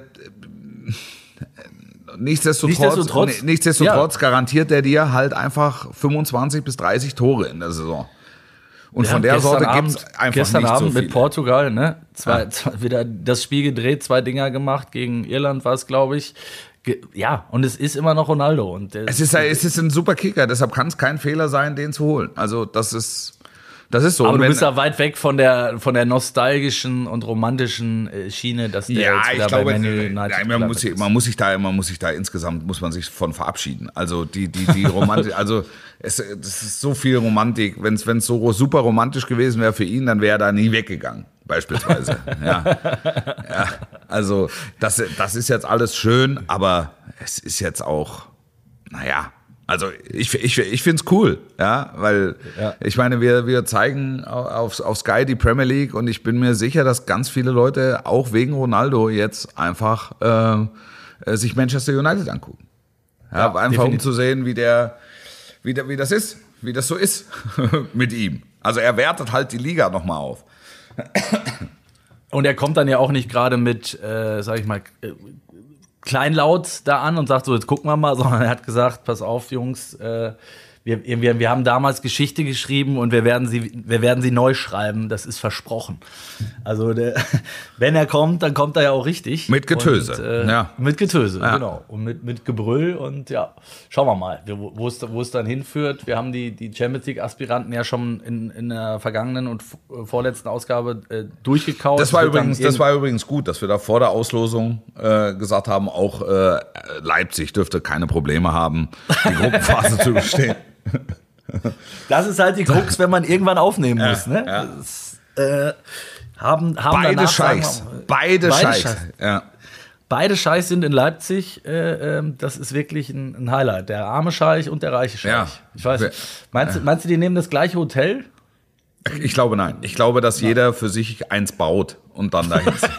nichtsdestotrotz, nichtsdestotrotz, nichtsdestotrotz ja. garantiert er dir halt einfach fünfundzwanzig bis dreißig Tore in der Saison. Und ja, von der Sorte gibt es einfach gestern nicht Abend so viele. Mit Portugal, ne? Zwei, ja. zwei, wieder das Spiel gedreht, zwei Dinger gemacht, gegen Irland war es, glaube ich. Ge- ja, und es ist immer noch Ronaldo. Und es, ist, es ist ein super Kicker, deshalb kann es kein Fehler sein, den zu holen. Also das ist... Das ist so. Aber und du wenn, bist da weit weg von der von der nostalgischen und romantischen äh, Schiene, dass der ja, jetzt wieder ich glaube, bei Man United ja, man, muss, man muss sich da, man muss sich da insgesamt muss man sich von verabschieden. Also die die die Romantik, also es, das ist so viel Romantik. Wenn es wenn es so super romantisch gewesen wäre für ihn, dann wäre er da nie weggegangen, beispielsweise. ja. ja, also das das ist jetzt alles schön, aber es ist jetzt auch, naja. Also ich, ich, ich finde es cool, ja, weil ja. ich meine, wir, wir zeigen auf, auf Sky die Premier League und ich bin mir sicher, dass ganz viele Leute auch wegen Ronaldo jetzt einfach äh, sich Manchester United angucken. Ja, ja, einfach definitiv. Um zu sehen, wie der, wie der, wie das ist, wie das so ist mit ihm. Also er wertet halt die Liga nochmal auf. Und er kommt dann ja auch nicht gerade mit, äh, sag ich mal, äh, kleinlaut da an und sagt so, jetzt gucken wir mal, sondern er hat gesagt, pass auf, Jungs, äh, wir, wir, wir haben damals Geschichte geschrieben und wir werden sie, wir werden sie neu schreiben, das ist versprochen. Also der, wenn er kommt, dann kommt er ja auch richtig. Mit Getöse. Und, äh, ja. Mit Getöse, ja. genau. Und mit, mit Gebrüll und ja, schauen wir mal, wo, wo, es, wo es dann hinführt. Wir haben die, die Champions League-Aspiranten ja schon in, in der vergangenen und vorletzten Ausgabe äh, durchgekaut. Das war, übrigens, das war übrigens gut, dass wir da vor der Auslosung äh, gesagt haben, auch äh, Leipzig dürfte keine Probleme haben, die Gruppenphase zu bestehen. Das ist halt die Krux, wenn man irgendwann aufnehmen muss. Ja, ne? Ja. Das, äh, haben, haben beide danach, Scheichs. Wir, beide beide Scheichs. Scheichs. Ja. Beide Scheichs sind in Leipzig. Äh, äh, das ist wirklich ein, ein Highlight. Der arme Scheich und der reiche Scheich. Ja. Ich weiß nicht. Meinst, ja. meinst du, die nehmen das gleiche Hotel? Ich glaube, nein. Ich glaube, dass jeder für sich eins baut und dann dahin zieht.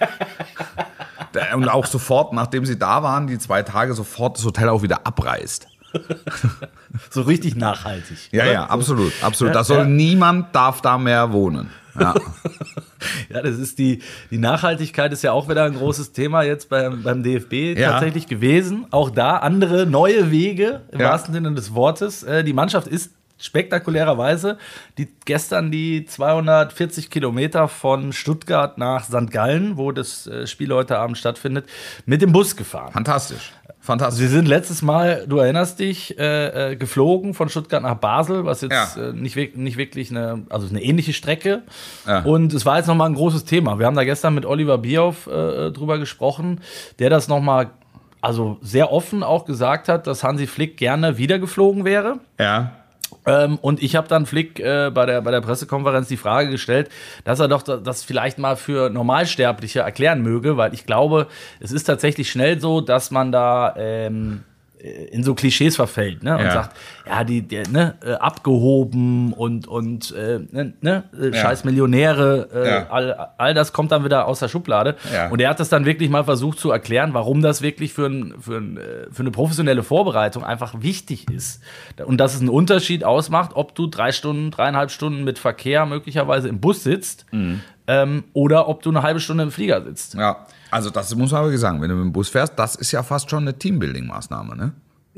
Und auch sofort, nachdem sie da waren, die zwei Tage, sofort das Hotel auch wieder abreißt. So richtig nachhaltig. Ja, oder? ja, absolut, absolut. Da soll ja. niemand darf da mehr wohnen. Ja, ja, das ist die, die Nachhaltigkeit ist ja auch wieder ein großes Thema jetzt beim, beim D F B ja. tatsächlich gewesen. Auch da andere neue Wege im ja. wahrsten Sinne des Wortes. Die Mannschaft ist spektakulärerweise die, gestern die zweihundertvierzig Kilometer von Stuttgart nach Sankt Gallen, wo das Spiel heute Abend stattfindet, mit dem Bus gefahren. Fantastisch. Fantastisch. Sie sind letztes Mal, du erinnerst dich, äh, äh, geflogen von Stuttgart nach Basel, was jetzt ja. äh, nicht, nicht wirklich eine, also eine ähnliche Strecke. Ja. Und es war jetzt nochmal ein großes Thema. Wir haben da gestern mit Oliver Bierhoff äh, drüber gesprochen, der das nochmal, also sehr offen auch gesagt hat, dass Hansi Flick gerne wieder geflogen wäre. Ja. Ähm, und ich habe dann Flick äh, bei der bei der Pressekonferenz die Frage gestellt, dass er doch das vielleicht mal für Normalsterbliche erklären möge, weil ich glaube, es ist tatsächlich schnell so, dass man da ähm, in so Klischees verfällt, ne? Und ja. sagt, ja, die, die ne, äh, abgehoben und und äh, ne, ne, äh, ja. scheiß Millionäre, äh, ja. all, all das kommt dann wieder aus der Schublade. Ja. Und er hat das dann wirklich mal versucht zu erklären, warum das wirklich für, ein, für, ein, für eine professionelle Vorbereitung einfach wichtig ist. Und dass es einen Unterschied ausmacht, ob du drei Stunden, dreieinhalb Stunden mit Verkehr möglicherweise im Bus sitzt mhm. ähm, oder ob du eine halbe Stunde im Flieger sitzt. Ja. Also das muss man aber sagen, wenn du mit dem Bus fährst, das ist ja fast schon eine Teambuilding-Maßnahme, ne?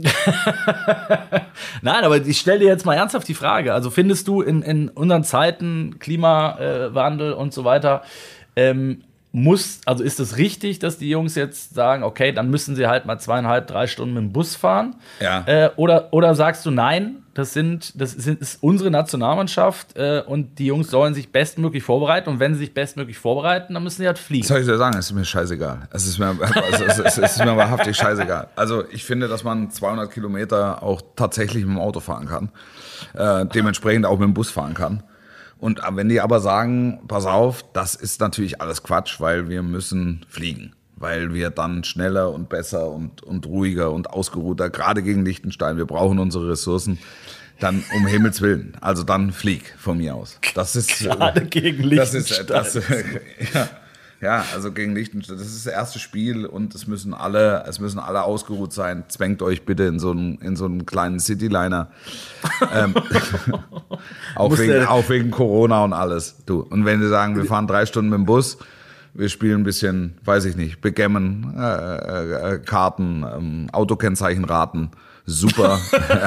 Nein, aber ich stelle dir jetzt mal ernsthaft die Frage, also findest du in, in unseren Zeiten, Klimawandel und so weiter, ähm, muss, also ist es richtig, dass die Jungs jetzt sagen, okay, dann müssen sie halt mal zweieinhalb, drei Stunden mit dem Bus fahren? Ja. Äh, oder, oder sagst du, nein, das sind, das sind, ist unsere Nationalmannschaft äh, und die Jungs sollen sich bestmöglich vorbereiten und wenn sie sich bestmöglich vorbereiten, dann müssen sie halt fliegen. Was soll ich dir sagen? Es ist mir scheißegal. Es ist mir, also es, ist, es ist mir wahrhaftig scheißegal. Also ich finde, dass man zweihundert Kilometer auch tatsächlich mit dem Auto fahren kann. Äh, dementsprechend auch mit dem Bus fahren kann. Und wenn die aber sagen, pass auf, das ist natürlich alles Quatsch, weil wir müssen fliegen. Weil wir dann schneller und besser und, und ruhiger und ausgeruhter, gerade gegen Liechtenstein, wir brauchen unsere Ressourcen, dann um Himmels Willen. Also dann flieg von mir aus. Das ist gerade gegen Liechtenstein. Das ist, das, ja, ja, also gegen Liechtenstein. Das ist das erste Spiel und es müssen alle, es müssen alle ausgeruht sein. Zwängt euch bitte in so einen, in so einen kleinen Cityliner. ähm, auch, wegen, auch wegen Corona und alles. Du. Und wenn sie sagen, wir fahren drei Stunden mit dem Bus, wir spielen ein bisschen, weiß ich nicht, Backgammon, äh, äh, Karten, ähm, Autokennzeichenraten. Super.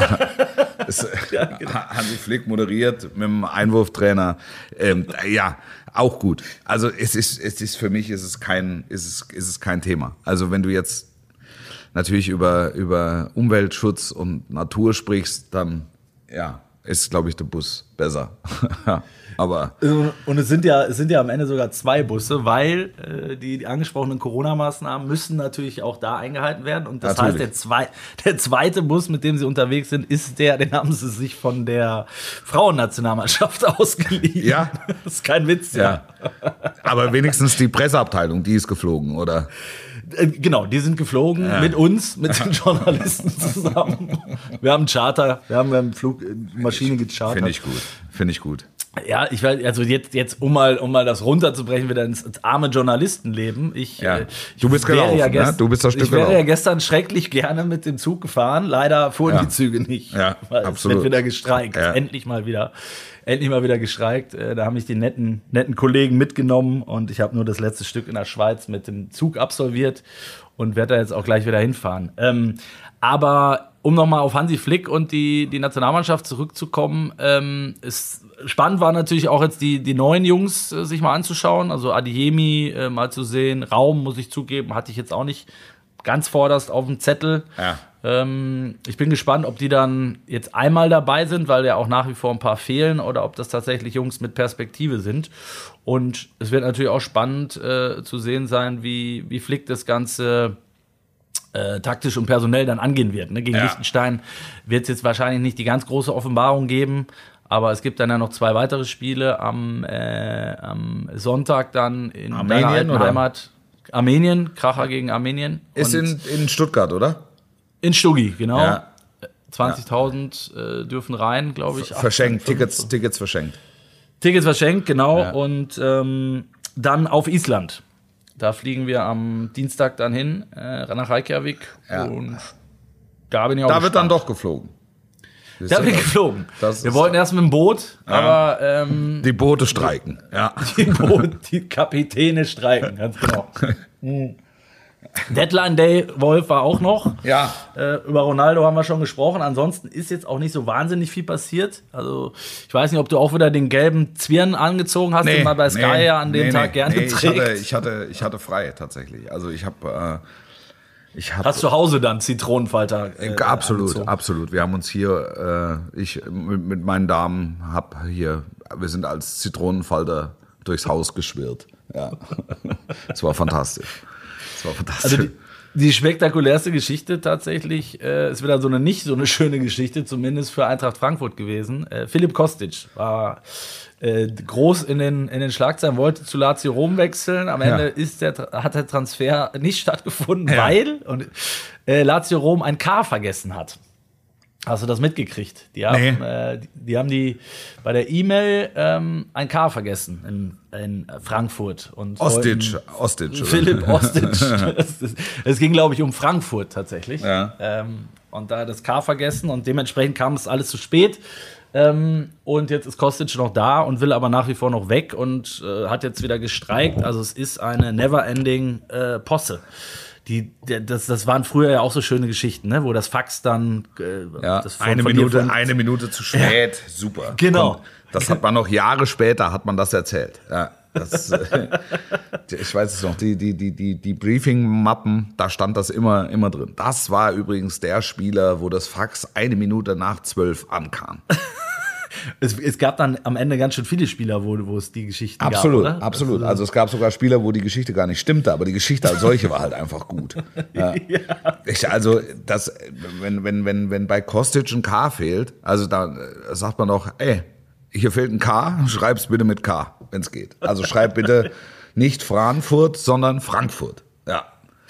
es, ja, genau. Hansi Flick moderiert mit dem Einwurftrainer. Ähm, ja, auch gut. Also es ist, es ist für mich ist es kein, ist es, ist es kein Thema. Also wenn du jetzt natürlich über, über Umweltschutz und Natur sprichst, dann ja, ist, glaube ich, der Bus besser. Aber und es sind ja, es sind ja am Ende sogar zwei Busse, weil äh, die, die angesprochenen Corona-Maßnahmen müssen natürlich auch da eingehalten werden. Und das natürlich. heißt, der, zwei, der zweite Bus, mit dem sie unterwegs sind, ist der, den haben sie sich von der Frauennationalmannschaft ausgeliehen. Ja. Das ist kein Witz, ja. ja. Aber wenigstens die Presseabteilung, die ist geflogen, oder? Genau, die sind geflogen ja. mit uns, mit den Journalisten zusammen. Wir haben einen Charter, wir haben eine Flugmaschine gechartert. Finde ich gut, finde ich gut. Ja, ich weiß, also jetzt, jetzt um mal, um mal das runterzubrechen, wieder ins, ins arme Journalistenleben. Ich, ja. äh, du bist gelaufen, ja gest- ne? Du bist das Stück Ich wäre gelaufen. ja gestern schrecklich gerne mit dem Zug gefahren. Leider fuhren ja. die Züge nicht. Ja, weil absolut. Es wird wieder gestreikt. Ja. Endlich mal wieder, endlich mal wieder gestreikt. Äh, da haben mich die netten, netten Kollegen mitgenommen und ich habe nur das letzte Stück in der Schweiz mit dem Zug absolviert und werde da jetzt auch gleich wieder hinfahren. Ähm, aber um nochmal auf Hansi Flick und die, die Nationalmannschaft zurückzukommen, ähm, ist spannend war natürlich auch jetzt die, die neuen Jungs äh, sich mal anzuschauen, also Adeyemi äh, mal zu sehen, Raum, muss ich zugeben, hatte ich jetzt auch nicht ganz vorderst auf dem Zettel. Ja. Ähm, ich bin gespannt, ob die dann jetzt einmal dabei sind, weil ja auch nach wie vor ein paar fehlen oder ob das tatsächlich Jungs mit Perspektive sind. Und es wird natürlich auch spannend äh, zu sehen sein, wie, wie Flick das Ganze Äh, taktisch und personell dann angehen wird. Ne? Gegen ja. Liechtenstein wird es jetzt wahrscheinlich nicht die ganz große Offenbarung geben, aber es gibt dann ja noch zwei weitere Spiele am, äh, am Sonntag dann in Armenien, deiner alten oder? Heimat. Armenien, Kracher gegen Armenien. Ist in, in Stuttgart, oder? In Stuggi, genau. Ja. zwanzigtausend äh, dürfen rein, glaube ich. Verschenkt, Tickets, Tickets verschenkt. Tickets verschenkt, genau. Ja. Und ähm, dann auf Island. Da fliegen wir am Dienstag dann hin, äh, nach Reykjavik. Ja. Und da bin ich auch Da gespannt. wird dann doch geflogen. Da bin ich geflogen. Das wir ist- wollten erst mit dem Boot, Ja. aber ähm, Die Boote streiken. Ja. die, Boot, die Kapitäne streiken, ganz genau. Mhm. Deadline Day, Wolf, war auch noch. Ja. Äh, über Ronaldo haben wir schon gesprochen. Ansonsten ist jetzt auch nicht so wahnsinnig viel passiert. Also ich weiß nicht, ob du auch wieder den gelben Zwirn angezogen hast, den man bei Sky nee, ja an dem nee, Tag nee, gerne nee, ich trägt. hatte, ich hatte, ich hatte frei tatsächlich. Also ich habe, äh, ich habe Hast zu Hause dann Zitronenfalter? Äh, absolut, angezogen. absolut. Wir haben uns hier, äh, ich mit, mit meinen Damen hab hier, wir sind als Zitronenfalter durchs Haus geschwirrt. Ja, es war fantastisch. Es war fantastisch. Also die, die spektakulärste Geschichte tatsächlich, äh, ist wieder so eine nicht so eine schöne Geschichte, zumindest für Eintracht Frankfurt gewesen. Äh, Philipp Kostic war äh, groß in den, in den Schlagzeilen, wollte zu Lazio Rom wechseln. Am Ende Ja. ist der, hat der Transfer nicht stattgefunden, Ja. weil und, äh, Lazio Rom ein K vergessen hat. Hast du das mitgekriegt? Die haben, Nee. äh, die, die haben die bei der E-Mail ähm, ein K vergessen in, in Frankfurt. Und Ostic, wollten- Ostic. oder? Philipp Ostic. Es, es, es ging, glaube ich, um Frankfurt tatsächlich. Ja. Ähm, und da hat das K vergessen und dementsprechend kam es alles zu spät. Ähm, und jetzt ist Kostic noch da und will aber nach wie vor noch weg und äh, hat jetzt wieder gestreikt. Also es ist eine never-ending äh, Posse. Die, der, das, das waren früher ja auch so schöne Geschichten, ne? Wo das Fax dann äh, Ja, das von, eine von Minute, dir von- eine Minute zu spät. Super. Genau. Und das hat man noch Jahre später, hat man das erzählt. Ja. Das, äh, ich weiß es noch, die, die, die, die, die Briefing-Mappen, da stand das immer, immer drin. Das war übrigens der Spieler, wo das Fax eine Minute nach zwölf ankam. Es, es gab dann am Ende ganz schön viele Spieler, wo, wo es die Geschichten absolut, gab, oder? Absolut, also es gab sogar Spieler, wo die Geschichte gar nicht stimmte, aber die Geschichte als solche war halt einfach gut. Ja. Ja. Ich, also das, wenn, wenn, wenn, wenn bei Kostic ein K fehlt, also da sagt man doch, ey, hier fehlt ein K, schreib's bitte mit K, wenn es geht. Also schreib bitte nicht Frankfurt, sondern Frankfurt. Ja.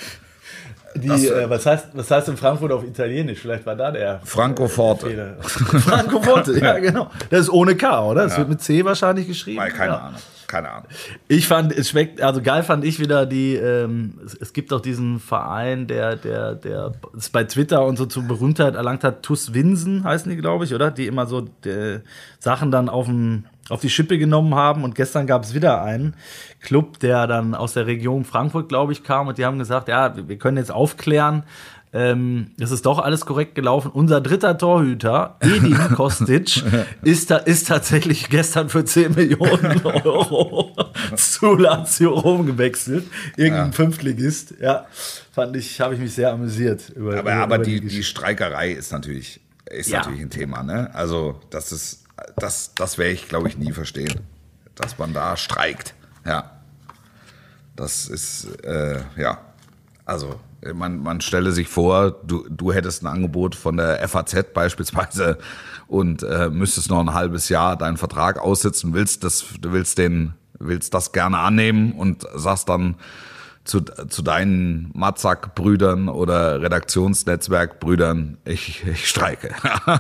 Die, das, äh, was, heißt, was heißt in Frankfurt auf Italienisch? Vielleicht war da der Francoforte. Francoforte, ja, genau. Das ist ohne K, oder? Das ja. wird mit C wahrscheinlich geschrieben. Weil, keine ja. Ahnung. Keine Ahnung. Ich fand, es schmeckt, also geil fand ich wieder die, ähm, es, es gibt auch diesen Verein, der, der, der es bei Twitter und so zu Berühmtheit erlangt hat, TuS Winsen heißen die, glaube ich, oder? Die immer so die Sachen dann auf, dem, auf die Schippe genommen haben. Und gestern gab es wieder einen Club, der dann aus der Region Frankfurt, glaube ich, kam und die haben gesagt, ja, wir können jetzt aufklären, Ähm, das ist doch alles korrekt gelaufen. Unser dritter Torhüter, Edin Kostic, ist, da, ist tatsächlich gestern für zehn Millionen Euro zu Lazio Rom gewechselt. Irgendein ja. Fünftligist. Ja, fand ich, habe ich mich sehr amüsiert. Über, aber über, aber über die, die, die Streikerei ist natürlich, ist ja. natürlich ein Thema. Ne? Also das ist, das, das werde ich, glaube ich, nie verstehen, dass man da streikt. Ja, das ist, äh, ja, also Man, man stelle sich vor, du, du hättest ein Angebot von der F A Z beispielsweise und äh, müsstest noch ein halbes Jahr deinen Vertrag aussitzen, willst das, du willst den, willst das gerne annehmen und sagst dann zu, zu deinen Matzak-Brüdern oder Redaktionsnetzwerk-Brüdern, ich, ich streike.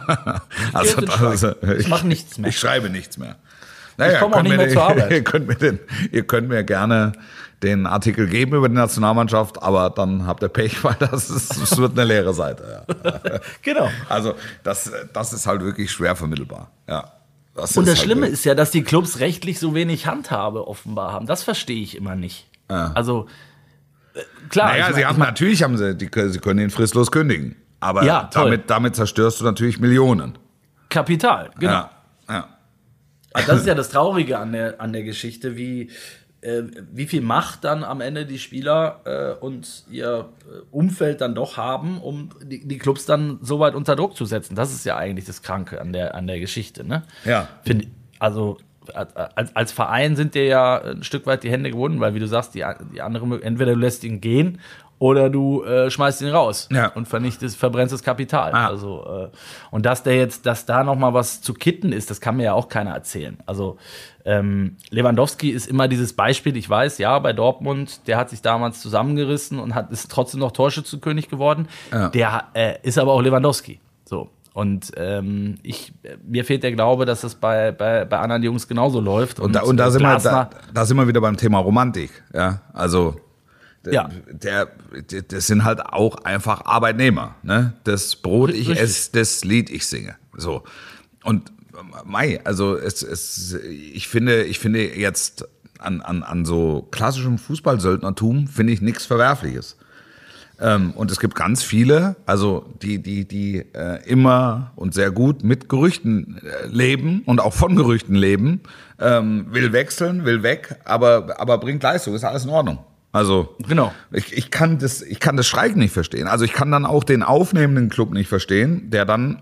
also, das, ich, ich mache nichts mehr. Ich schreibe nichts mehr. Naja, ich komme auch nicht mehr den, zur Arbeit. Ihr könnt, mir den, ihr könnt mir gerne den Artikel geben über die Nationalmannschaft, aber dann habt ihr Pech, weil das, ist, das wird eine leere Seite. Ja. Genau. Also das, das ist halt wirklich schwer vermittelbar. Ja. Das Und das halt Schlimme wirklich. ist ja, dass die Clubs rechtlich so wenig Handhabe offenbar haben. Das verstehe ich immer nicht. Ja. Also äh, klar. Naja, ich sie mein, haben ich mein, natürlich haben sie, die, sie können ihn fristlos kündigen. Aber ja, damit, damit zerstörst du natürlich Millionen. Kapital, genau. Ja. Ja. Also das ist ja das Traurige an der, an der Geschichte, wie, äh, wie viel Macht dann am Ende die Spieler äh, und ihr Umfeld dann doch haben, um die, die Clubs dann so weit unter Druck zu setzen. Das ist ja eigentlich das Kranke an der, an der Geschichte. Ne? Ja. Find, also als, als Verein sind dir ja ein Stück weit die Hände gebunden, weil wie du sagst, die, die andere, entweder du lässt ihn gehen oder du äh, schmeißt ihn raus ja. und vernichtest, verbrennst das Kapital. Ah. Also, äh, und dass der jetzt, dass da noch mal was zu kitten ist, das kann mir ja auch keiner erzählen. Also ähm, Lewandowski ist immer dieses Beispiel, ich weiß, ja, bei Dortmund, der hat sich damals zusammengerissen und hat, ist trotzdem noch Torschützenkönig geworden. Ja. Der äh, ist aber auch Lewandowski. So. Und ähm, ich, mir fehlt der Glaube, dass das bei, bei, bei anderen Jungs genauso läuft. Und, und, da, und da, sind wir, da, da sind wir wieder beim Thema Romantik. Ja, also ja. Der, der, das sind halt auch einfach Arbeitnehmer. Ne? Das Brot ich esse, das Lied ich singe. So. Und Mai, also es, es, ich finde, ich finde jetzt an, an, an so klassischem Fußballsöldnertum finde ich nichts Verwerfliches. Ähm, und es gibt ganz viele, also die, die, die äh, immer und sehr gut mit Gerüchten äh, leben und auch von Gerüchten leben, ähm, will wechseln, will weg, aber, aber bringt Leistung, ist alles in Ordnung. Also genau. ich, ich kann das, ich kann das Streiken nicht verstehen. Also ich kann dann auch den aufnehmenden Club nicht verstehen, der dann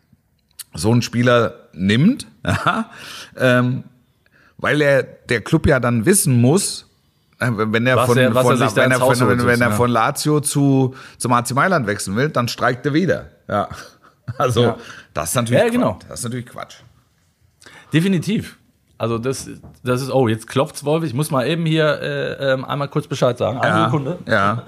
so einen Spieler nimmt, ja, ähm, weil er der Club ja dann wissen muss, wenn er was von, er, was von, er sich wenn, er von, wenn, wenn er ja. von Lazio zu zum A C Mailand wechseln will, dann streikt er wieder. Ja, also ja. das ist natürlich ja, genau. Quatsch. Das ist natürlich Quatsch. Definitiv. Also das, das ist, oh, jetzt klopft's, Wolf. Ich muss mal eben hier äh, ähm, einmal kurz Bescheid sagen. Eine ja, Sekunde. Ja.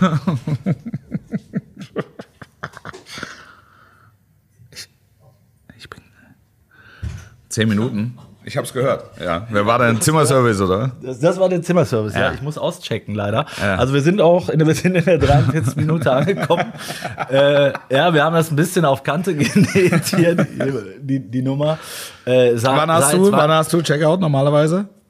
ich, ich bin zehn Minuten. Ich hab's gehört. Ja. Wer war denn? Zimmerservice, oder? Das, das war der Zimmerservice, ja. ja. Ich muss auschecken, leider. Ja. Also wir sind auch in, wir sind in der dreiundvierzigsten Minute angekommen. äh, ja, wir haben das ein bisschen auf Kante genäht hier, die, die, die Nummer. Äh, sag, wann, hast du, wann hast du Checkout normalerweise?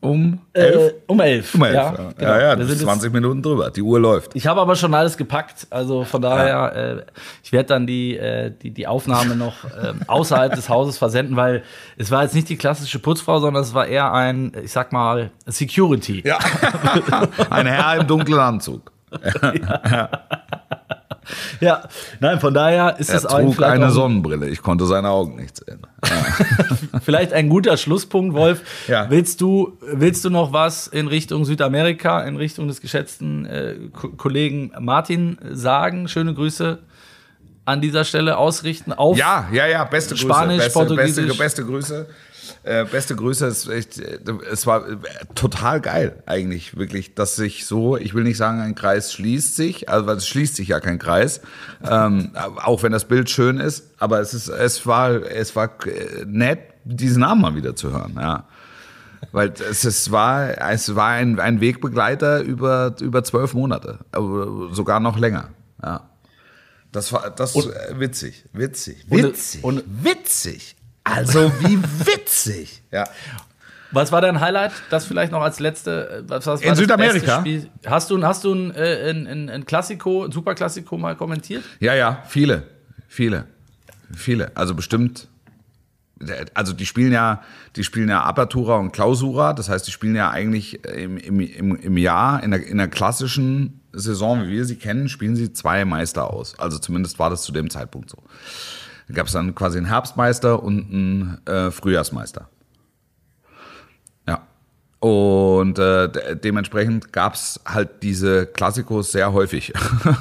Um elf? elf? Äh, um elf. Um elf, ja. ja. Genau. Ja, ja, Wir das sind ist zwanzig Minuten drüber. Die Uhr läuft. Ich habe aber schon alles gepackt, also von daher, äh, ich werde dann die, äh, die, die Aufnahme noch äh, außerhalb des Hauses versenden, weil es war jetzt nicht die klassische Putzfrau, sondern es war eher ein, ich sag mal, Security. Ja. Ein Herr im dunklen Anzug. ja. ja, nein, von daher ist Er es trug vielleicht eine auch- Sonnenbrille. Ich konnte seine Augen nicht sehen. vielleicht ein guter Schlusspunkt, Wolf. Ja. Willst du, willst du noch was in Richtung Südamerika, in Richtung des geschätzten äh, Ko- Kollegen Martin sagen? Schöne Grüße an dieser Stelle ausrichten auf. Ja, ja, ja, beste Grüße. Spanisch, beste, Portugiesisch. Beste, beste Grüße. Äh, beste Grüße. Es, echt, äh, es war äh, total geil, eigentlich, wirklich, dass sich so, ich will nicht sagen, ein Kreis schließt sich, also weil es schließt sich ja kein Kreis, ähm, auch wenn das Bild schön ist, aber es ist, es war, es war äh, nett, diesen Namen mal wieder zu hören, ja. Weil es, es war, es war ein, ein Wegbegleiter über, über zwölf Monate, aber sogar noch länger, ja. Das war, das ist witzig, witzig, Und- witzig, und- witzig. Also wie witzig. Ja. Was war dein Highlight? Das vielleicht noch als letzte. Was, was war In das Südamerika? beste Spiel? Hast du, hast du ein, äh, ein, ein, ein Klassiko, ein Superklassiko mal kommentiert? Ja, ja, viele, viele, viele. Also bestimmt. Also die spielen ja, die spielen ja Apertura und Clausura. Das heißt, die spielen ja eigentlich im, im, im, im Jahr in der, in der klassischen Saison, wie wir sie kennen, spielen sie zwei Meister aus. Also zumindest war das zu dem Zeitpunkt so. Da gab es dann quasi einen Herbstmeister und einen äh, Frühjahrsmeister. Ja. Und äh, de- dementsprechend gab es halt diese Klassikos sehr häufig.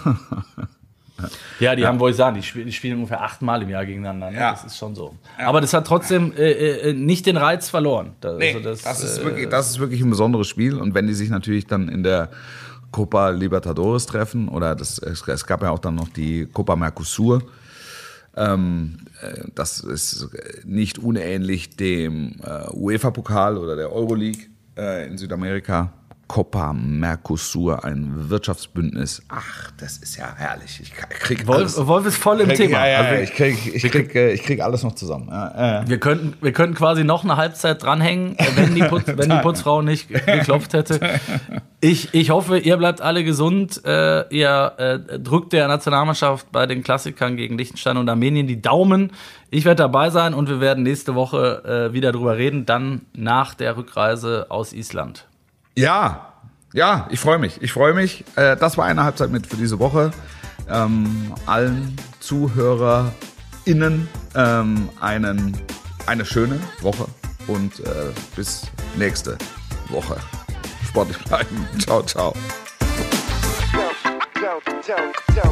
Ja, die haben, wollte ich sagen, die spielen, die spielen ungefähr achtmal im Jahr gegeneinander. Ne? Ja. Das ist schon so. Aber das hat trotzdem äh, äh, nicht den Reiz verloren. Da- Nee, also das, das, ist äh, wirklich, das ist wirklich ein besonderes Spiel. Und wenn die sich natürlich dann in der Copa Libertadores treffen, oder das, es, es gab ja auch dann noch die Copa Mercosur, ähm, äh, das ist nicht unähnlich dem äh, UEFA-Pokal oder der Euroleague äh, in Südamerika. Copa Mercosur, ein Wirtschaftsbündnis. Ach, das ist ja herrlich. Ich krieg alles. Wolf, Wolf ist voll im krieg, Thema. Ja, ja, Also ja, wir, ich krieg, ich krieg, äh, ich krieg alles noch zusammen. Ja, ja, ja. wir, könnten, wir könnten quasi noch eine Halbzeit dranhängen, wenn die, Putz, wenn die Putzfrau nicht geklopft hätte. Ich, ich hoffe, ihr bleibt alle gesund. Äh, ihr äh, drückt der Nationalmannschaft bei den Klassikern gegen Liechtenstein und Armenien die Daumen. Ich werde dabei sein und wir werden nächste Woche äh, wieder drüber reden, dann nach der Rückreise aus Island. Ja, ja, ich freue mich. Ich freue mich. Äh, das war eine Halbzeit mit für diese Woche. Ähm, allen ZuhörerInnen ähm, einen, eine schöne Woche und äh, bis nächste Woche. Sportlich bleiben. Ciao, ciao. Don't, don't, don't, don't.